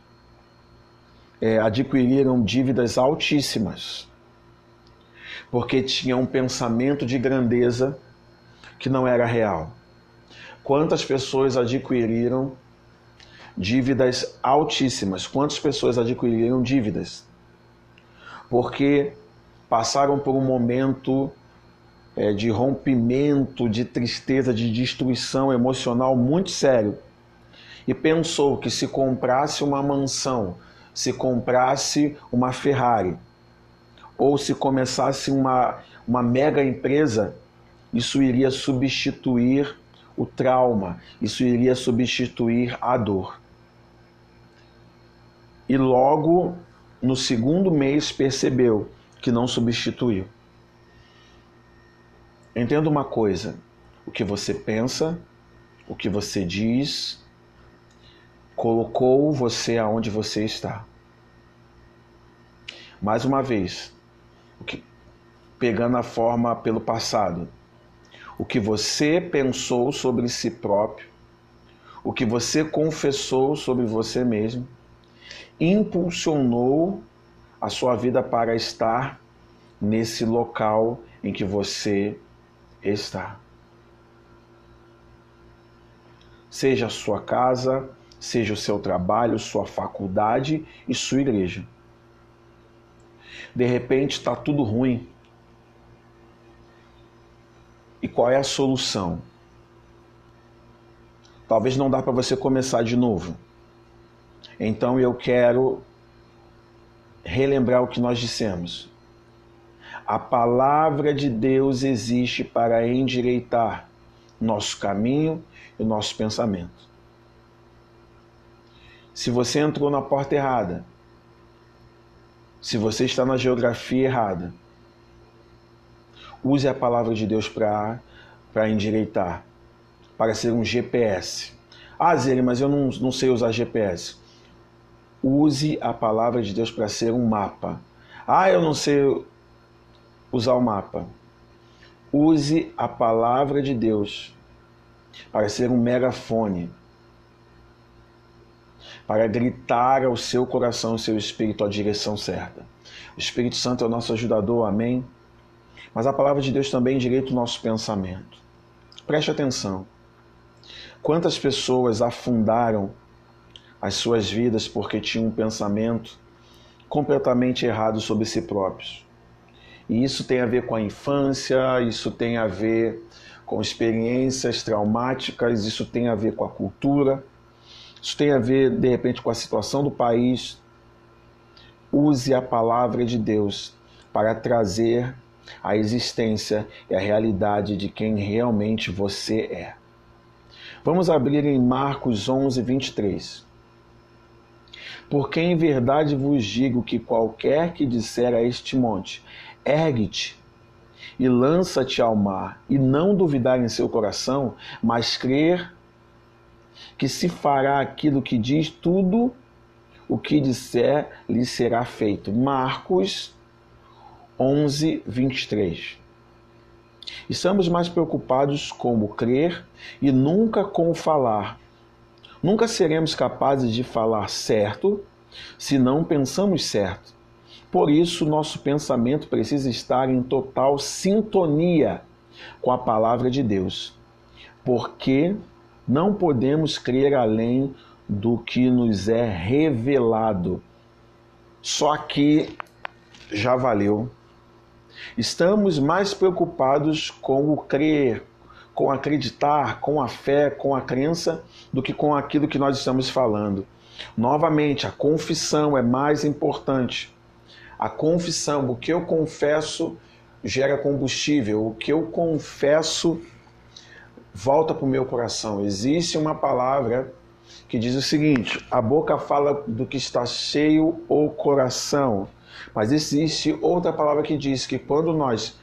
é, adquiriram dívidas altíssimas porque tinham um pensamento de grandeza que não era real? Quantas pessoas adquiriram dívidas altíssimas? Quantas pessoas adquiriram dívidas porque passaram por um momento é, de rompimento, de tristeza, de destruição emocional muito sério, e pensou que se comprasse uma mansão, se comprasse uma Ferrari, ou se começasse uma, uma mega empresa, isso iria substituir o trauma, isso iria substituir a dor. E logo, no segundo mês, percebeu que não substituiu. Entenda uma coisa: o que você pensa, o que você diz, colocou você aonde você está. Mais uma vez, o que, pegando a forma pelo passado, o que você pensou sobre si próprio, o que você confessou sobre você mesmo, impulsionou a sua vida para estar nesse local em que você está. Seja a sua casa, seja o seu trabalho, sua faculdade e sua igreja. De repente está tudo ruim. E qual é a solução? Talvez não dá para você começar de novo. Então eu quero relembrar o que nós dissemos. A palavra de Deus existe para endireitar nosso caminho e o nosso pensamento. Se você entrou na porta errada, se você está na geografia errada, use a palavra de Deus para para endireitar, para ser um G P S. Ah, Zé, mas eu não, não sei usar G P S. Use a palavra de Deus para ser um mapa. Ah, eu não sei usar o mapa. Use a palavra de Deus para ser um megafone, para gritar ao seu coração, ao seu espírito, a direção certa. O Espírito Santo é o nosso ajudador, amém? Mas a palavra de Deus também endireita o nosso pensamento. Preste atenção. Quantas pessoas afundaram as suas vidas porque tinham um pensamento completamente errado sobre si próprios? E isso tem a ver com a infância, isso tem a ver com experiências traumáticas, isso tem a ver com a cultura, isso tem a ver, de repente, com a situação do país. Use a palavra de Deus para trazer a existência e a realidade de quem realmente você é. Vamos abrir em Marcos onze, vinte e três. Porque em verdade vos digo que qualquer que disser a este monte, ergue-te e lança-te ao mar, e não duvidar em seu coração, mas crer que se fará aquilo que diz, tudo o que disser lhe será feito. Marcos onze, vinte e três. Estamos mais preocupados com o crer e nunca com o falar. Nunca seremos capazes de falar certo se não pensamos certo. Por isso, nosso pensamento precisa estar em total sintonia com a palavra de Deus, porque não podemos crer além do que nos é revelado. Só que já valeu. Estamos mais preocupados com o crer, com acreditar, com a fé, com a crença, do que com aquilo que nós estamos falando. Novamente, a confissão é mais importante. A confissão, o que eu confesso gera combustível, o que eu confesso volta para o meu coração. Existe uma palavra que diz o seguinte: a boca fala do que está cheio o coração. Mas existe outra palavra que diz que quando nós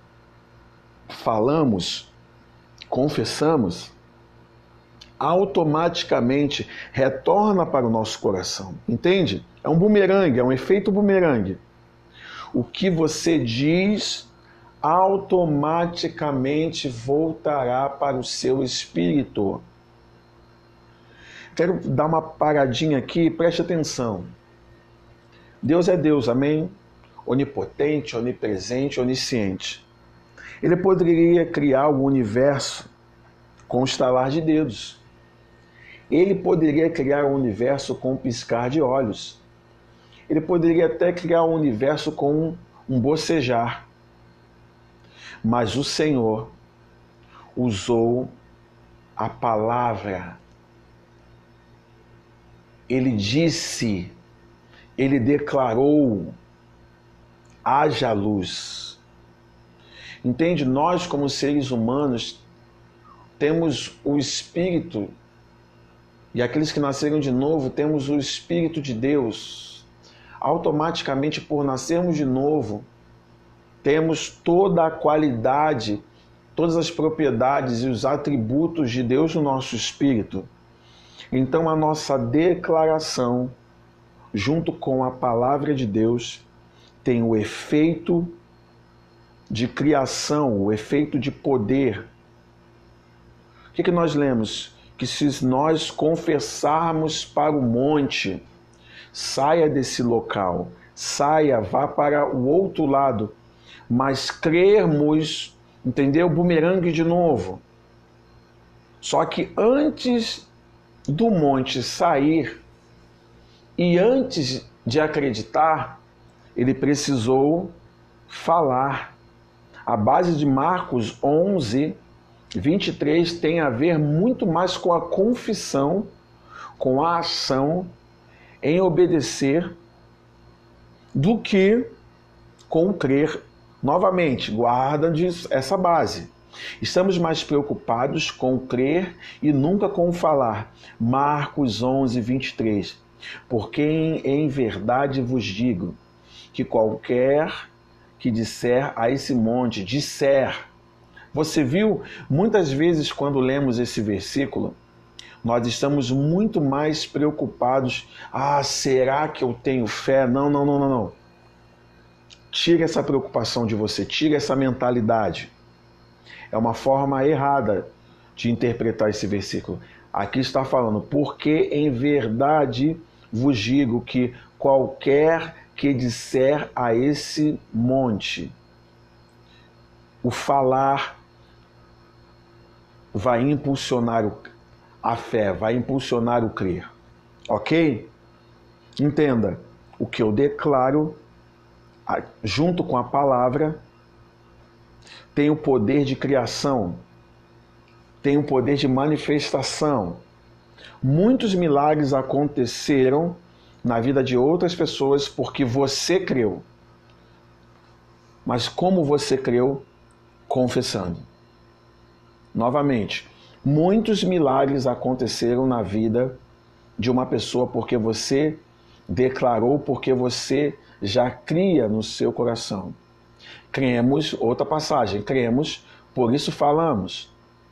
falamos, confessamos, automaticamente retorna para o nosso coração. Entende? É um bumerangue, é um efeito bumerangue. O que você diz automaticamente voltará para o seu espírito. Quero dar uma paradinha aqui, preste atenção. Deus é Deus, amém? Onipotente, onipresente, onisciente. Ele poderia criar o universo com um estalar de dedos. Ele poderia criar o universo com um piscar de olhos. Ele poderia até criar o universo com um bocejar. Mas o Senhor usou a palavra. Ele disse, ele declarou, haja luz. Entende? Nós, como seres humanos, temos o Espírito, e aqueles que nasceram de novo, temos o Espírito de Deus. Automaticamente, por nascermos de novo, temos toda a qualidade, todas as propriedades e os atributos de Deus no nosso espírito. Então, a nossa declaração, junto com a palavra de Deus, tem o efeito de criação, o efeito de poder. O que, que nós lemos? Que se nós confessarmos para o monte, saia desse local, saia, vá para o outro lado, mas crermos, entendeu? Bumerangue de novo. Só que antes do monte sair e antes de acreditar, ele precisou falar. A base de Marcos onze, vinte e três tem a ver muito mais com a confissão, com a ação em obedecer, do que com o crer Novamente, guarda essa base. Estamos mais preocupados com o crer e nunca com o falar. Marcos onze, vinte e três. Porque em, em verdade vos digo que qualquer que disser a esse monte, disser. Você viu, muitas vezes quando lemos esse versículo, nós estamos muito mais preocupados. Ah, será que eu tenho fé? Não, não, não, não, não. Tira essa preocupação de você, tira essa mentalidade. É uma forma errada de interpretar esse versículo. Aqui está falando, porque em verdade vos digo que qualquer que disser a esse monte, o falar vai impulsionar a fé, vai impulsionar o crer. Ok? Entenda, o que eu declaro junto com a palavra tem o poder de criação, tem o poder de manifestação. Muitos milagres aconteceram na vida de outras pessoas porque você creu. Mas como você creu? Confessando. Novamente, muitos milagres aconteceram na vida de uma pessoa porque você declarou, porque você já cria no seu coração. Cremos, outra passagem, cremos, por isso falamos.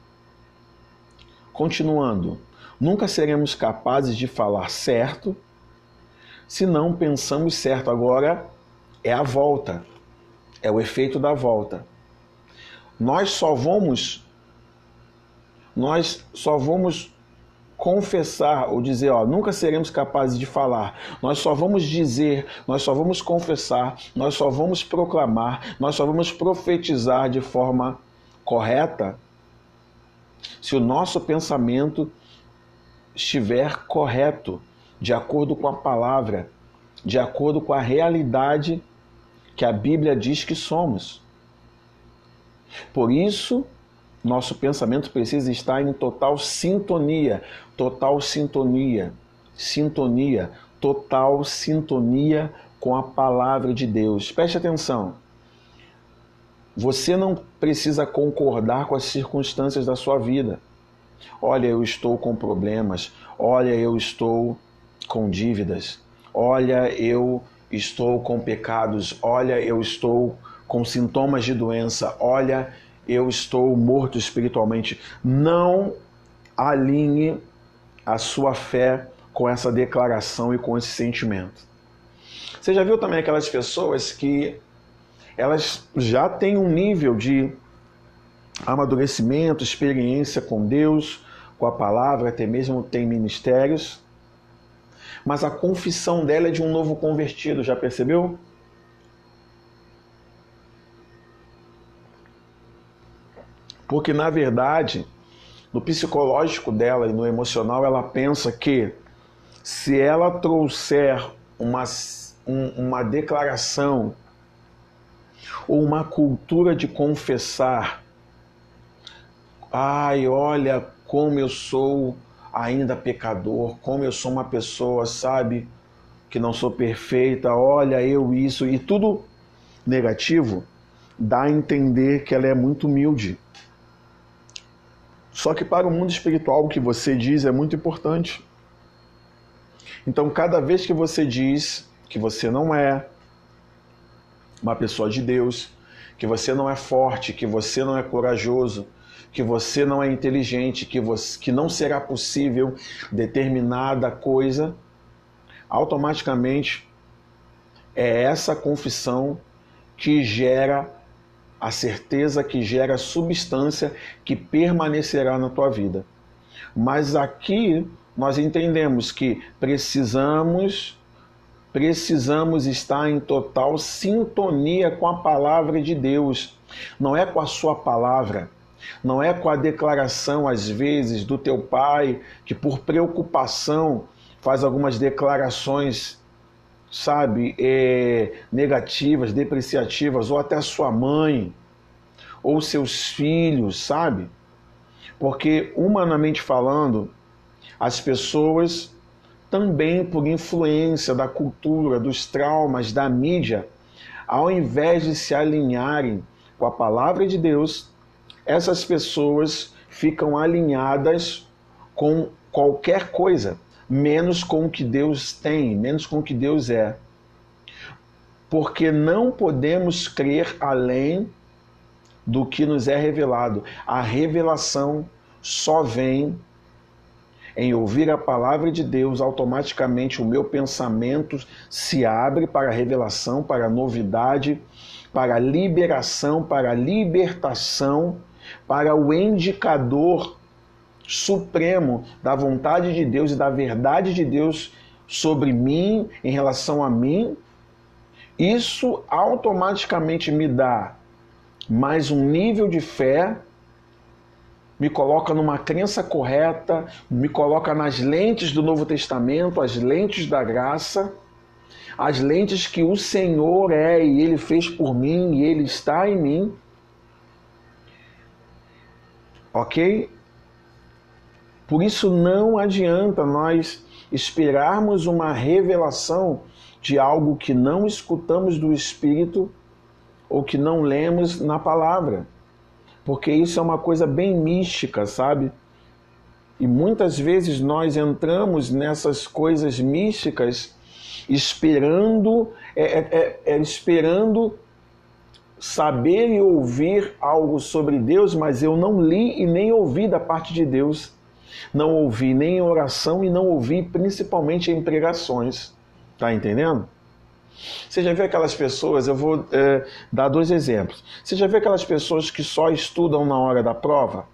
Continuando, nunca seremos capazes de falar certo se não pensamos certo. Agora é a volta, é o efeito da volta. Nós só vamos, nós só vamos confessar ou dizer, ó, nunca seremos capazes de falar. Nós só vamos dizer, nós só vamos confessar, nós só vamos proclamar, nós só vamos profetizar de forma correta se o nosso pensamento estiver correto, de acordo com a palavra, de acordo com a realidade que a Bíblia diz que somos. Por isso, nosso pensamento precisa estar em total sintonia, total sintonia, sintonia, total sintonia com a palavra de Deus. Preste atenção. Você não precisa concordar com as circunstâncias da sua vida. Olha, eu estou com problemas. Olha, eu estou com dívidas. Olha, eu estou com pecados. Olha, eu estou com sintomas de doença. Olha, eu estou morto espiritualmente. Não alinhe a sua fé com essa declaração e com esse sentimento. Você já viu também aquelas pessoas que elas já têm um nível de amadurecimento, experiência com Deus, com a palavra, até mesmo tem ministérios, mas a confissão dela é de um novo convertido, já percebeu? Porque, na verdade, no psicológico dela e no emocional, ela pensa que se ela trouxer uma, um, uma declaração ou uma cultura de confessar, ai, olha como eu sou ainda pecador, como eu sou uma pessoa, sabe, que não sou perfeita, olha eu isso, e tudo negativo, dá a entender que ela é muito humilde. Só que para o mundo espiritual o que você diz é muito importante. Então cada vez que você diz que você não é uma pessoa de Deus, que você não é forte, que você não é corajoso, que você não é inteligente, que, você, que não será possível determinada coisa, automaticamente é essa confissão que gera a certeza, que gera a substância que permanecerá na tua vida. Mas aqui nós entendemos que precisamos, precisamos estar em total sintonia com a palavra de Deus. Não é com a sua palavra, não é com a declaração, às vezes, do teu pai, que por preocupação faz algumas declarações, sabe, é, negativas, depreciativas, ou até a sua mãe, ou seus filhos, sabe? Porque, humanamente falando, as pessoas também, por influência da cultura, dos traumas, da mídia, ao invés de se alinharem com a palavra de Deus, essas pessoas ficam alinhadas com qualquer coisa, menos com o que Deus tem, menos com o que Deus é. Porque não podemos crer além do que nos é revelado. A revelação só vem em ouvir a palavra de Deus. Automaticamente o meu pensamento se abre para a revelação, para a novidade, para a liberação, para a libertação, para o indicador supremo da vontade de Deus e da verdade de Deus sobre mim, em relação a mim. Isso automaticamente me dá mais um nível de fé, me coloca numa crença correta, me coloca nas lentes do Novo Testamento, as lentes da graça, as lentes que o Senhor é e Ele fez por mim e Ele está em mim. Ok? Por isso não adianta nós esperarmos uma revelação de algo que não escutamos do Espírito ou que não lemos na palavra. Porque isso é uma coisa bem mística, sabe? E muitas vezes nós entramos nessas coisas místicas esperando, é, é, é, esperando saber e ouvir algo sobre Deus, mas eu não li e nem ouvi da parte de Deus. Não ouvi nem em oração e não ouvi principalmente em pregações. Tá entendendo? Você já vê aquelas pessoas, eu vou é, dar dois exemplos. Você já vê aquelas pessoas que só estudam na hora da prova?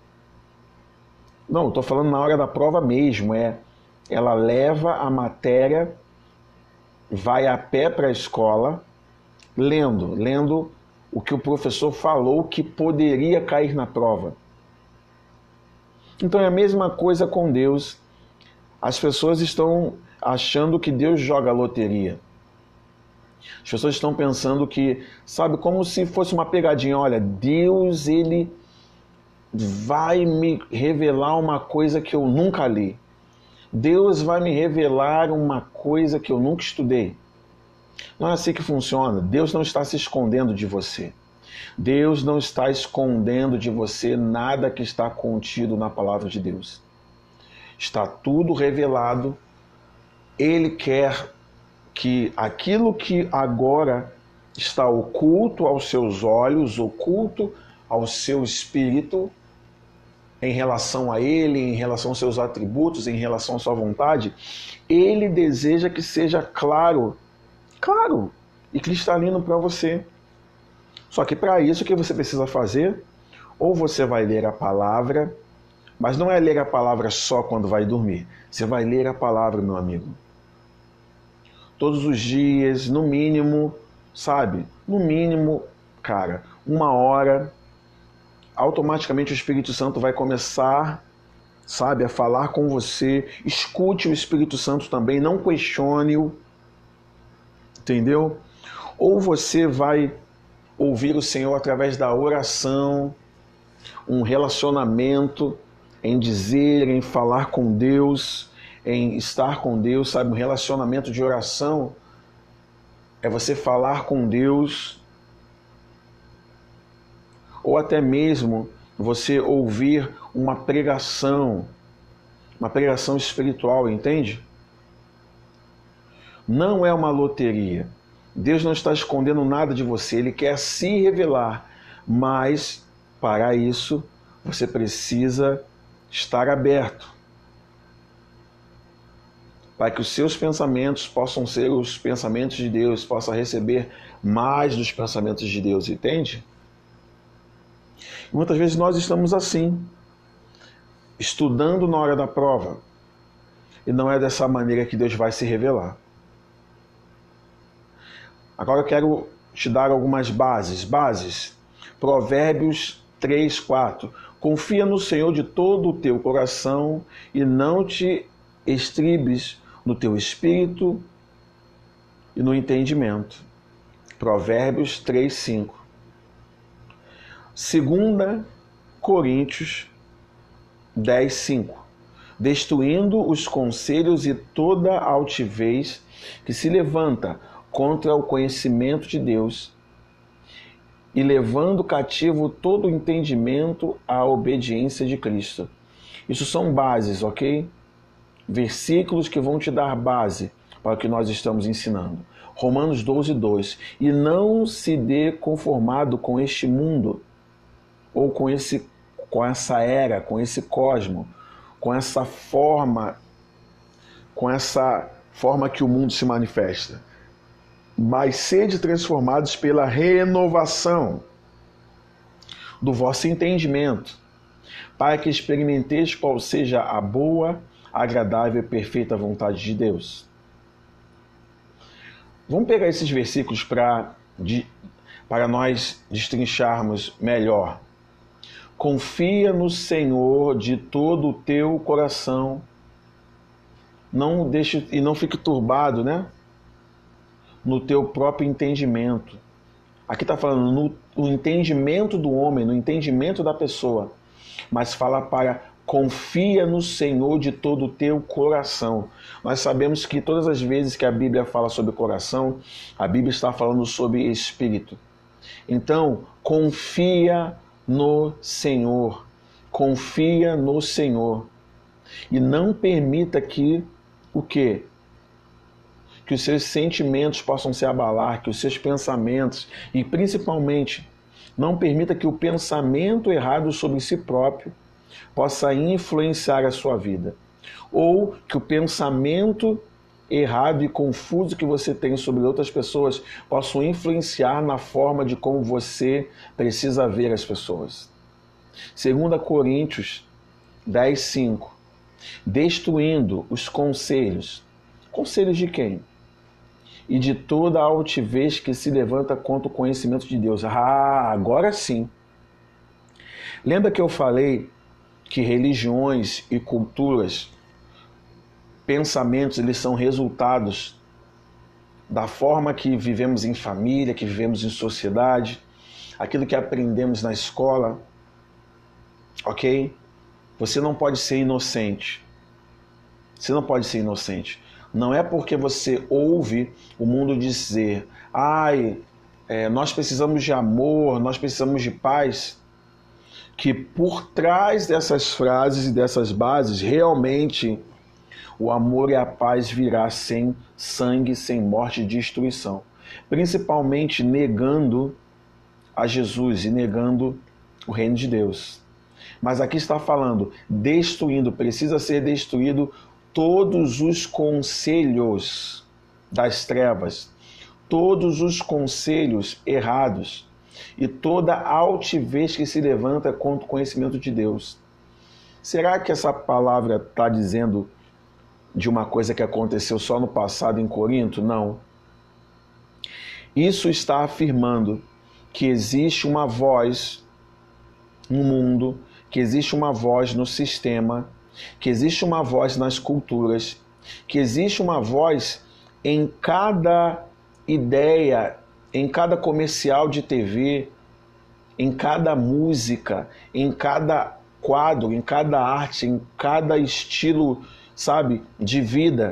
Não, estou falando na hora da prova mesmo. É, ela leva a matéria, vai a pé para a escola, lendo, lendo o que o professor falou que poderia cair na prova. Então é a mesma coisa com Deus. As pessoas estão achando que Deus joga loteria. As pessoas estão pensando que, sabe, como se fosse uma pegadinha. Olha, Deus, Ele vai me revelar uma coisa que eu nunca li. Deus vai me revelar uma coisa que eu nunca estudei. Não é assim que funciona. Deus não está se escondendo de você. Deus não está escondendo de você nada que está contido na palavra de Deus. Está tudo revelado. Ele quer que aquilo que agora está oculto aos seus olhos, oculto ao seu espírito, em relação a Ele, em relação aos seus atributos, em relação à sua vontade, Ele deseja que seja claro, claro e cristalino para você. Só que para isso o que você precisa fazer? Ou você vai ler a palavra, mas não é ler a palavra só quando vai dormir. Você vai ler a palavra, meu amigo. Todos os dias, no mínimo, sabe? No mínimo, cara, uma hora, automaticamente o Espírito Santo vai começar, sabe, a falar com você. Escute o Espírito Santo também, não questione-o, entendeu? Ou você vai ouvir o Senhor através da oração, um relacionamento, em dizer, em falar com Deus, em estar com Deus, sabe? Um relacionamento de oração é você falar com Deus, ou até mesmo você ouvir uma pregação, uma pregação espiritual, entende? Não é uma loteria. Deus não está escondendo nada de você, Ele quer se revelar, mas para isso você precisa estar aberto, para que os seus pensamentos possam ser os pensamentos de Deus, possa receber mais dos pensamentos de Deus, entende? E muitas vezes nós estamos assim, estudando na hora da prova, e não é dessa maneira que Deus vai se revelar. Agora eu quero te dar algumas bases. Bases. Provérbios três, quatro. Confia no Senhor de todo o teu coração e não te estribes no teu espírito e no entendimento. Provérbios três, cinco. Segunda Coríntios dez, cinco. Destruindo os conselhos e toda altivez que se levanta contra o conhecimento de Deus e levando cativo todo o entendimento à obediência de Cristo. Isso são bases, ok? Versículos que vão te dar base para o que nós estamos ensinando. Romanos doze, dois. E não se dê conformado com este mundo, ou com, esse, com essa era, com esse cosmo, com essa forma, com essa forma que o mundo se manifesta. Mas sede transformados pela renovação do vosso entendimento, para que experimenteis qual seja a boa, agradável e perfeita vontade de Deus. Vamos pegar esses versículos para para nós destrincharmos melhor. Confia no Senhor de todo o teu coração. Não deixe e não fique turbado, né? No teu próprio entendimento. Aqui está falando no, no entendimento do homem, no entendimento da pessoa. Mas fala para confia no Senhor de todo o teu coração. Nós sabemos que todas as vezes que a Bíblia fala sobre coração, a Bíblia está falando sobre espírito. Então, confia no Senhor. Confia no Senhor. E não permita que o quê? Que os seus sentimentos possam se abalar, que os seus pensamentos, e principalmente, não permita que o pensamento errado sobre si próprio possa influenciar a sua vida. Ou que o pensamento errado e confuso que você tem sobre outras pessoas possam influenciar na forma de como você precisa ver as pessoas. Segunda Coríntios dez, cinco. Destruindo os conselhos. Conselhos de quem? E de toda a altivez que se levanta contra o conhecimento de Deus. Ah, agora sim. Lembra que eu falei que religiões e culturas, pensamentos, eles são resultados da forma que vivemos em família, que vivemos em sociedade, aquilo que aprendemos na escola, ok? Você não pode ser inocente. Você não pode ser inocente. Não é porque você ouve o mundo dizer, ai, é, nós precisamos de amor, nós precisamos de paz, que por trás dessas frases e dessas bases, realmente o amor e a paz virá sem sangue, sem morte e destruição. Principalmente negando a Jesus e negando o reino de Deus. Mas aqui está falando, destruindo, precisa ser destruído todos os conselhos das trevas, todos os conselhos errados e toda altivez que se levanta contra o conhecimento de Deus. Será que essa palavra está dizendo de uma coisa que aconteceu só no passado em Corinto? Não. Isso está afirmando que existe uma voz no mundo, que existe uma voz no sistema, que existe uma voz nas culturas, que existe uma voz em cada ideia, em cada comercial de T V, em cada música, em cada quadro, em cada arte, em cada estilo, sabe, de vida,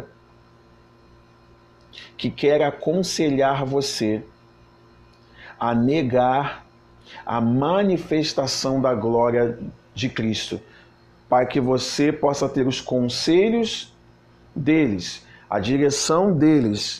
que quer aconselhar você a negar a manifestação da glória de Cristo, para que você possa ter os conselhos deles, a direção deles.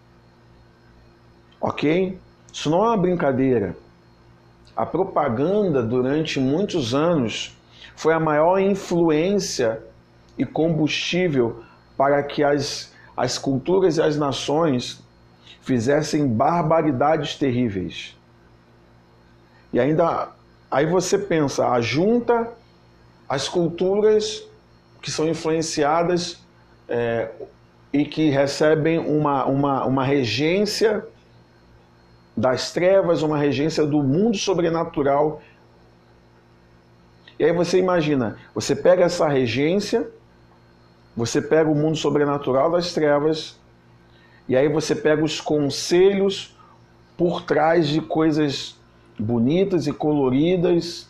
Ok? Isso não é uma brincadeira. A propaganda, durante muitos anos, foi a maior influência e combustível para que as, as culturas e as nações fizessem barbaridades terríveis. E ainda, aí você pensa, ajunta as culturas que são influenciadas é, e que recebem uma, uma, uma regência das trevas, uma regência do mundo sobrenatural. E aí você imagina, você pega essa regência, você pega o mundo sobrenatural das trevas, e aí você pega os conselhos por trás de coisas bonitas e coloridas,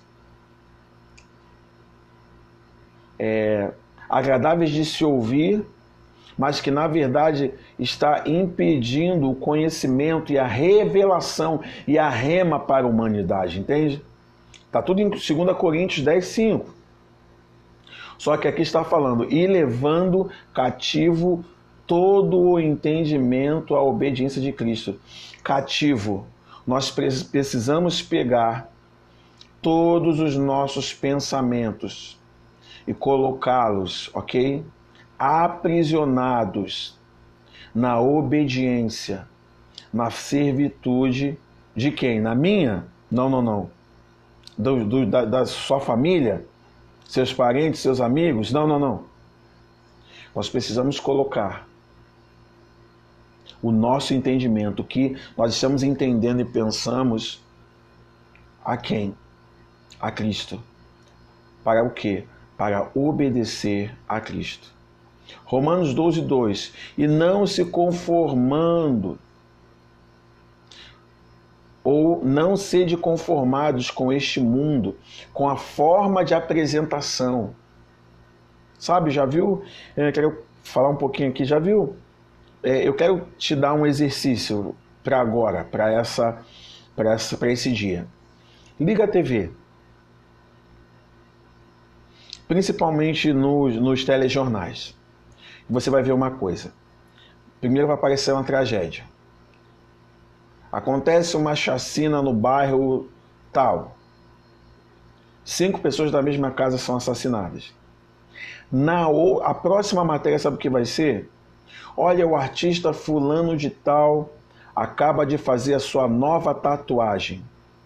é, agradáveis de se ouvir, mas que na verdade está impedindo o conhecimento e a revelação e a rema para a humanidade, entende? Está tudo em dois Coríntios dez, cinco. Só que aqui está falando, e levando cativo todo o entendimento à obediência de Cristo. Cativo, nós precisamos pegar todos os nossos pensamentos e colocá-los, ok? Aprisionados na obediência, na servitude de quem? Na minha? Não, não, não. Do, do, da, da sua família? Seus parentes, seus amigos? Não, não, não. Nós precisamos colocar o nosso entendimento, o que nós estamos entendendo e pensamos, a quem? A Cristo. Para o quê? Para obedecer a Cristo. Romanos doze, dois. E não se conformando, ou não sede conformados com este mundo, com a forma de apresentação. Sabe, já viu? Eu quero falar um pouquinho aqui, já viu? É, eu quero te dar um exercício para agora, para essa, para essa, para esse dia. Liga a T V. Principalmente nos, nos telejornais. Você vai ver uma coisa. Primeiro vai aparecer uma tragédia. Acontece uma chacina no bairro tal. Cinco pessoas da mesma casa são assassinadas. Na a próxima matéria, sabe o que vai ser? Olha, o artista fulano de tal acaba de fazer a sua nova tatuagem.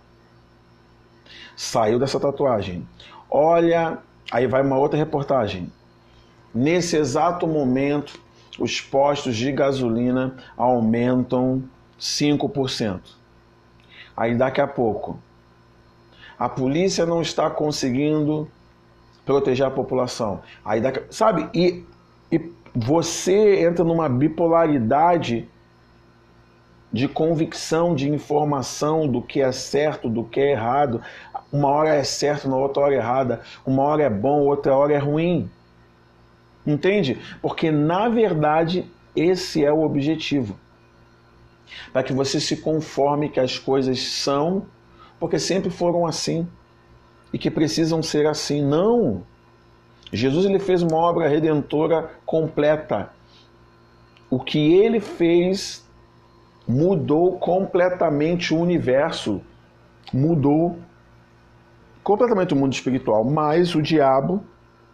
Saiu dessa tatuagem. Olha, aí vai uma outra reportagem. Nesse exato momento, os postos de gasolina aumentam cinco por cento. Aí daqui a pouco, a polícia não está conseguindo proteger a população. Aí daqui, sabe? E, e você entra numa bipolaridade de convicção, de informação do que é certo, do que é errado. Uma hora é certo, na outra hora é errada. Uma hora é bom, outra hora é ruim. Entende? Porque, na verdade, esse é o objetivo. Para que você se conforme que as coisas são, porque sempre foram assim. E que precisam ser assim. Não! Jesus ele fez uma obra redentora completa. O que ele fez mudou completamente o universo. Mudou completamente o mundo espiritual. Mas o diabo,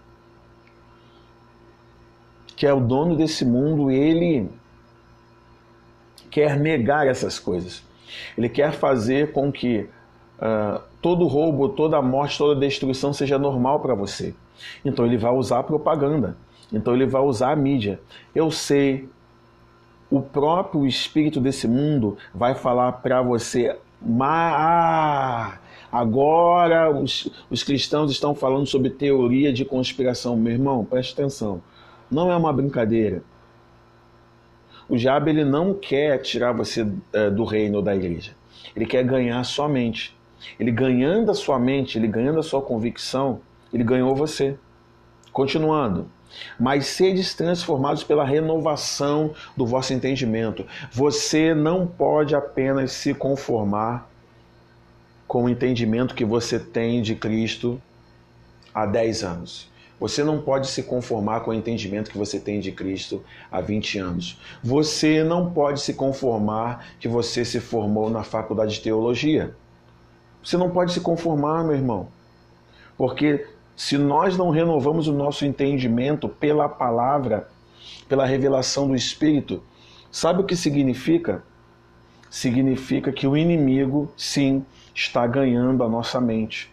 que é o dono desse mundo, ele quer negar essas coisas. Ele quer fazer com que uh, todo roubo, toda morte, toda destruição seja normal para você. Então ele vai usar a propaganda. Então ele vai usar a mídia. Eu sei, o próprio espírito desse mundo vai falar para você, mas agora os, os cristãos estão falando sobre teoria de conspiração. Meu irmão, preste atenção. Não é uma brincadeira. O diabo ele não quer tirar você uh, do reino ou da igreja. Ele quer ganhar a sua mente. Ele ganhando a sua mente, ele ganhando a sua convicção, ele ganhou você. Continuando. Mas sedes transformados pela renovação do vosso entendimento. Você não pode apenas se conformar com o entendimento que você tem de Cristo há dez anos. Você não pode se conformar com o entendimento que você tem de Cristo há vinte anos. Você não pode se conformar que você se formou na faculdade de teologia. Você não pode se conformar, meu irmão. Porque se nós não renovamos o nosso entendimento pela palavra, pela revelação do Espírito, sabe o que significa? Significa que o inimigo, sim, está ganhando a nossa mente,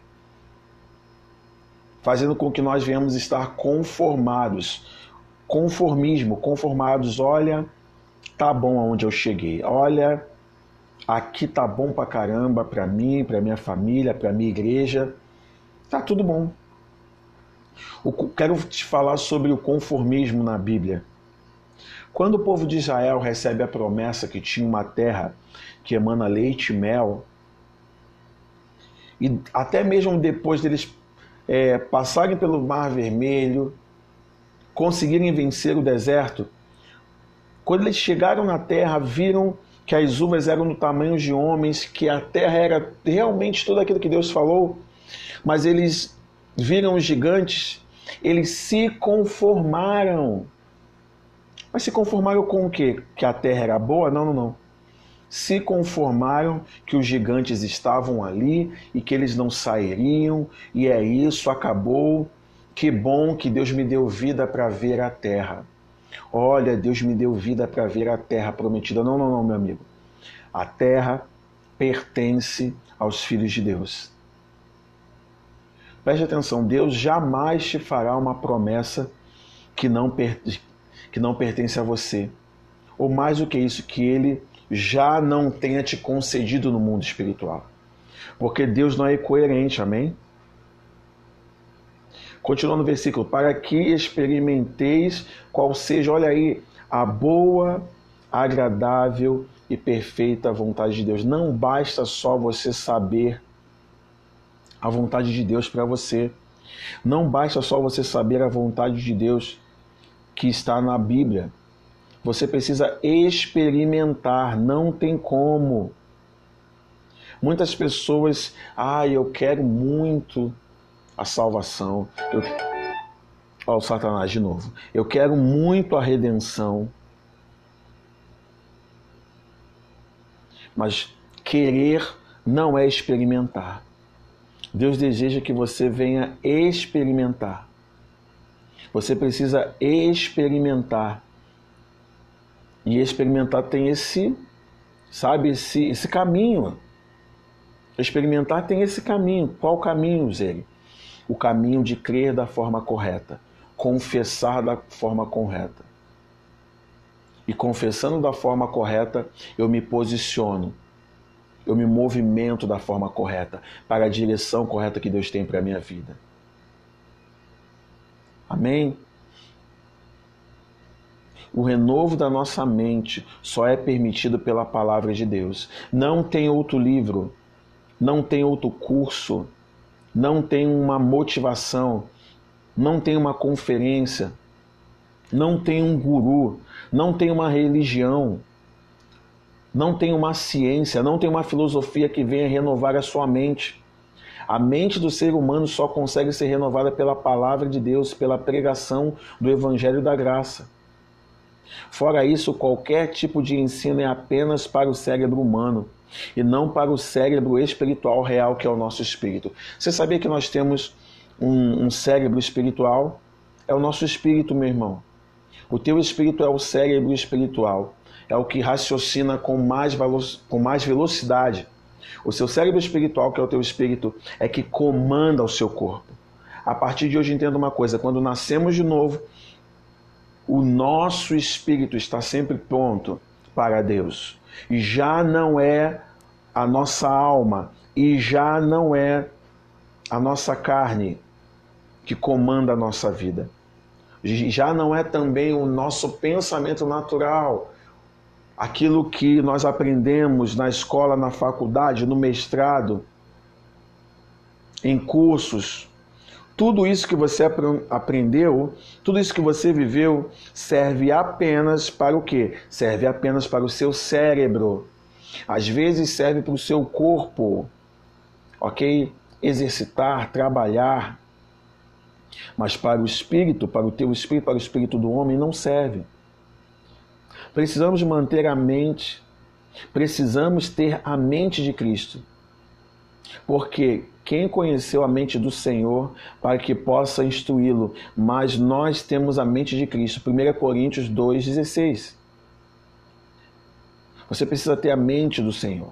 fazendo com que nós venhamos estar conformados. Conformismo, conformados. Olha, tá bom aonde eu cheguei. Olha, aqui tá bom pra caramba, pra mim, pra minha família, pra minha igreja. Tá tudo bom. Eu quero te falar sobre o conformismo na Bíblia. Quando o povo de Israel recebe a promessa que tinha uma terra que emana leite e mel, e até mesmo depois deles é, passarem pelo Mar Vermelho, conseguirem vencer o deserto, Quando eles chegaram na terra, viram que as uvas eram do tamanho de homens, que a terra era realmente tudo aquilo que Deus falou, mas eles viram os gigantes, eles se conformaram. Mas se conformaram com o quê? Que a terra era boa? Não, não, não. Se conformaram que os gigantes estavam ali e que eles não sairiam, e é isso, acabou. Que bom que Deus me deu vida para ver a terra. Olha, Deus me deu vida para ver a terra prometida. Não, não, não, meu amigo. A terra pertence aos filhos de Deus. Preste atenção, Deus jamais te fará uma promessa que não, per... que não pertence a você. Ou mais do que isso, que Ele já não tenha te concedido no mundo espiritual. Porque Deus não é incoerente, amém? Continuando no versículo, para que experimenteis qual seja, olha aí, a boa, agradável e perfeita vontade de Deus. Não basta só você saber a vontade de Deus para você. Não basta só você saber a vontade de Deus que está na Bíblia. Você precisa experimentar, não tem como. Muitas pessoas, ah, eu quero muito a salvação. Eu... Olha o Satanás de novo. Eu quero muito a redenção. Mas querer não é experimentar. Deus deseja que você venha experimentar. Você precisa experimentar. E experimentar tem esse, sabe, esse, esse caminho. Experimentar tem esse caminho. Qual caminho, Zé? O caminho de crer da forma correta. Confessar da forma correta. E confessando da forma correta, eu me posiciono. Eu me movimento da forma correta, para a direção correta que Deus tem para a minha vida. Amém? O renovo da nossa mente só é permitido pela palavra de Deus. Não tem outro livro, não tem outro curso, não tem uma motivação, não tem uma conferência, não tem um guru, não tem uma religião, não tem uma ciência, não tem uma filosofia que venha renovar a sua mente. A mente do ser humano só consegue ser renovada pela palavra de Deus, pela pregação do Evangelho da Graça. Fora isso, qualquer tipo de ensino é apenas para o cérebro humano e não para o cérebro espiritual real, que é o nosso espírito. Você sabia que nós temos um, um cérebro espiritual? É o nosso espírito, meu irmão. O teu espírito é o cérebro espiritual. É o que raciocina com mais, velo- com mais velocidade. O seu cérebro espiritual, que é o teu espírito, é que comanda o seu corpo. A partir de hoje, entenda uma coisa. Quando nascemos de novo, o nosso espírito está sempre pronto para Deus. E já não é a nossa alma, e já não é a nossa carne que comanda a nossa vida. Já não é também o nosso pensamento natural, aquilo que nós aprendemos na escola, na faculdade, no mestrado, em cursos. Tudo isso que você aprendeu, tudo isso que você viveu, serve apenas para o quê? Serve apenas para o seu cérebro. Às vezes serve para o seu corpo, ok? Exercitar, trabalhar. Mas para o espírito, para o teu espírito, para o espírito do homem, não serve. Precisamos manter a mente, precisamos ter a mente de Cristo. Porque quem conheceu a mente do Senhor para que possa instruí-lo? Mas nós temos a mente de Cristo. primeira Coríntios dois, dezesseis. Você precisa ter a mente do Senhor.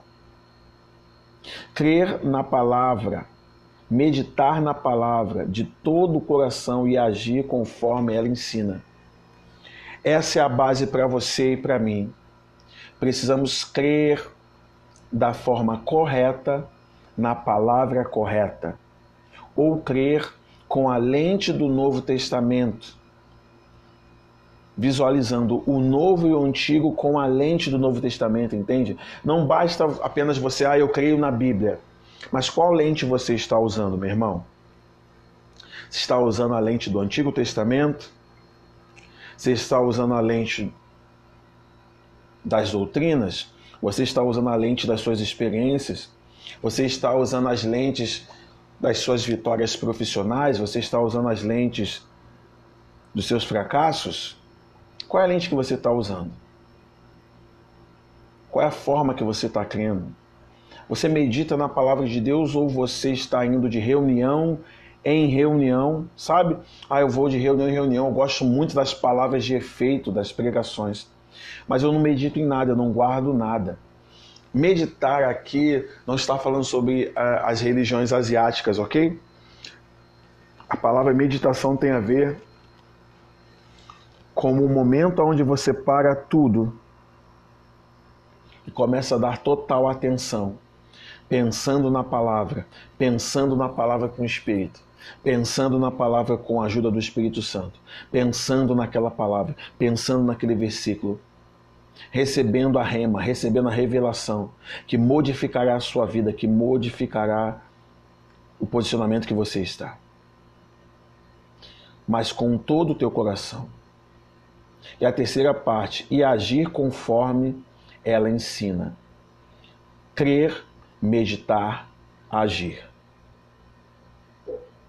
Crer na palavra, meditar na palavra de todo o coração e agir conforme ela ensina. Essa é a base para você e para mim. Precisamos crer da forma correta, na palavra correta, ou crer com a lente do Novo Testamento, visualizando o Novo e o Antigo com a lente do Novo Testamento, entende? Não basta apenas você, ah, eu creio na Bíblia, mas qual lente você está usando, meu irmão? Você está usando a lente do Antigo Testamento? Você está usando a lente das doutrinas? Você está usando a lente das suas experiências? Você está usando as lentes das suas vitórias profissionais? Você está usando as lentes dos seus fracassos? Qual é a lente que você está usando? Qual é a forma que você está crendo? Você medita na palavra de Deus ou você está indo de reunião em reunião, sabe? Ah, eu vou de reunião em reunião, eu gosto muito das palavras de efeito, das pregações, mas eu não medito em nada, eu não guardo nada. Meditar aqui não está falando sobre uh, as religiões asiáticas, ok? A palavra meditação tem a ver com o momento onde você para tudo e começa a dar total atenção, pensando na palavra, pensando na palavra com o Espírito, pensando na palavra com a ajuda do Espírito Santo, pensando naquela palavra, pensando naquele versículo, recebendo a rema, recebendo a revelação que modificará a sua vida, que modificará o posicionamento que você está. Mas com todo o teu coração. E a terceira parte, e agir conforme ela ensina. Crer, meditar, agir.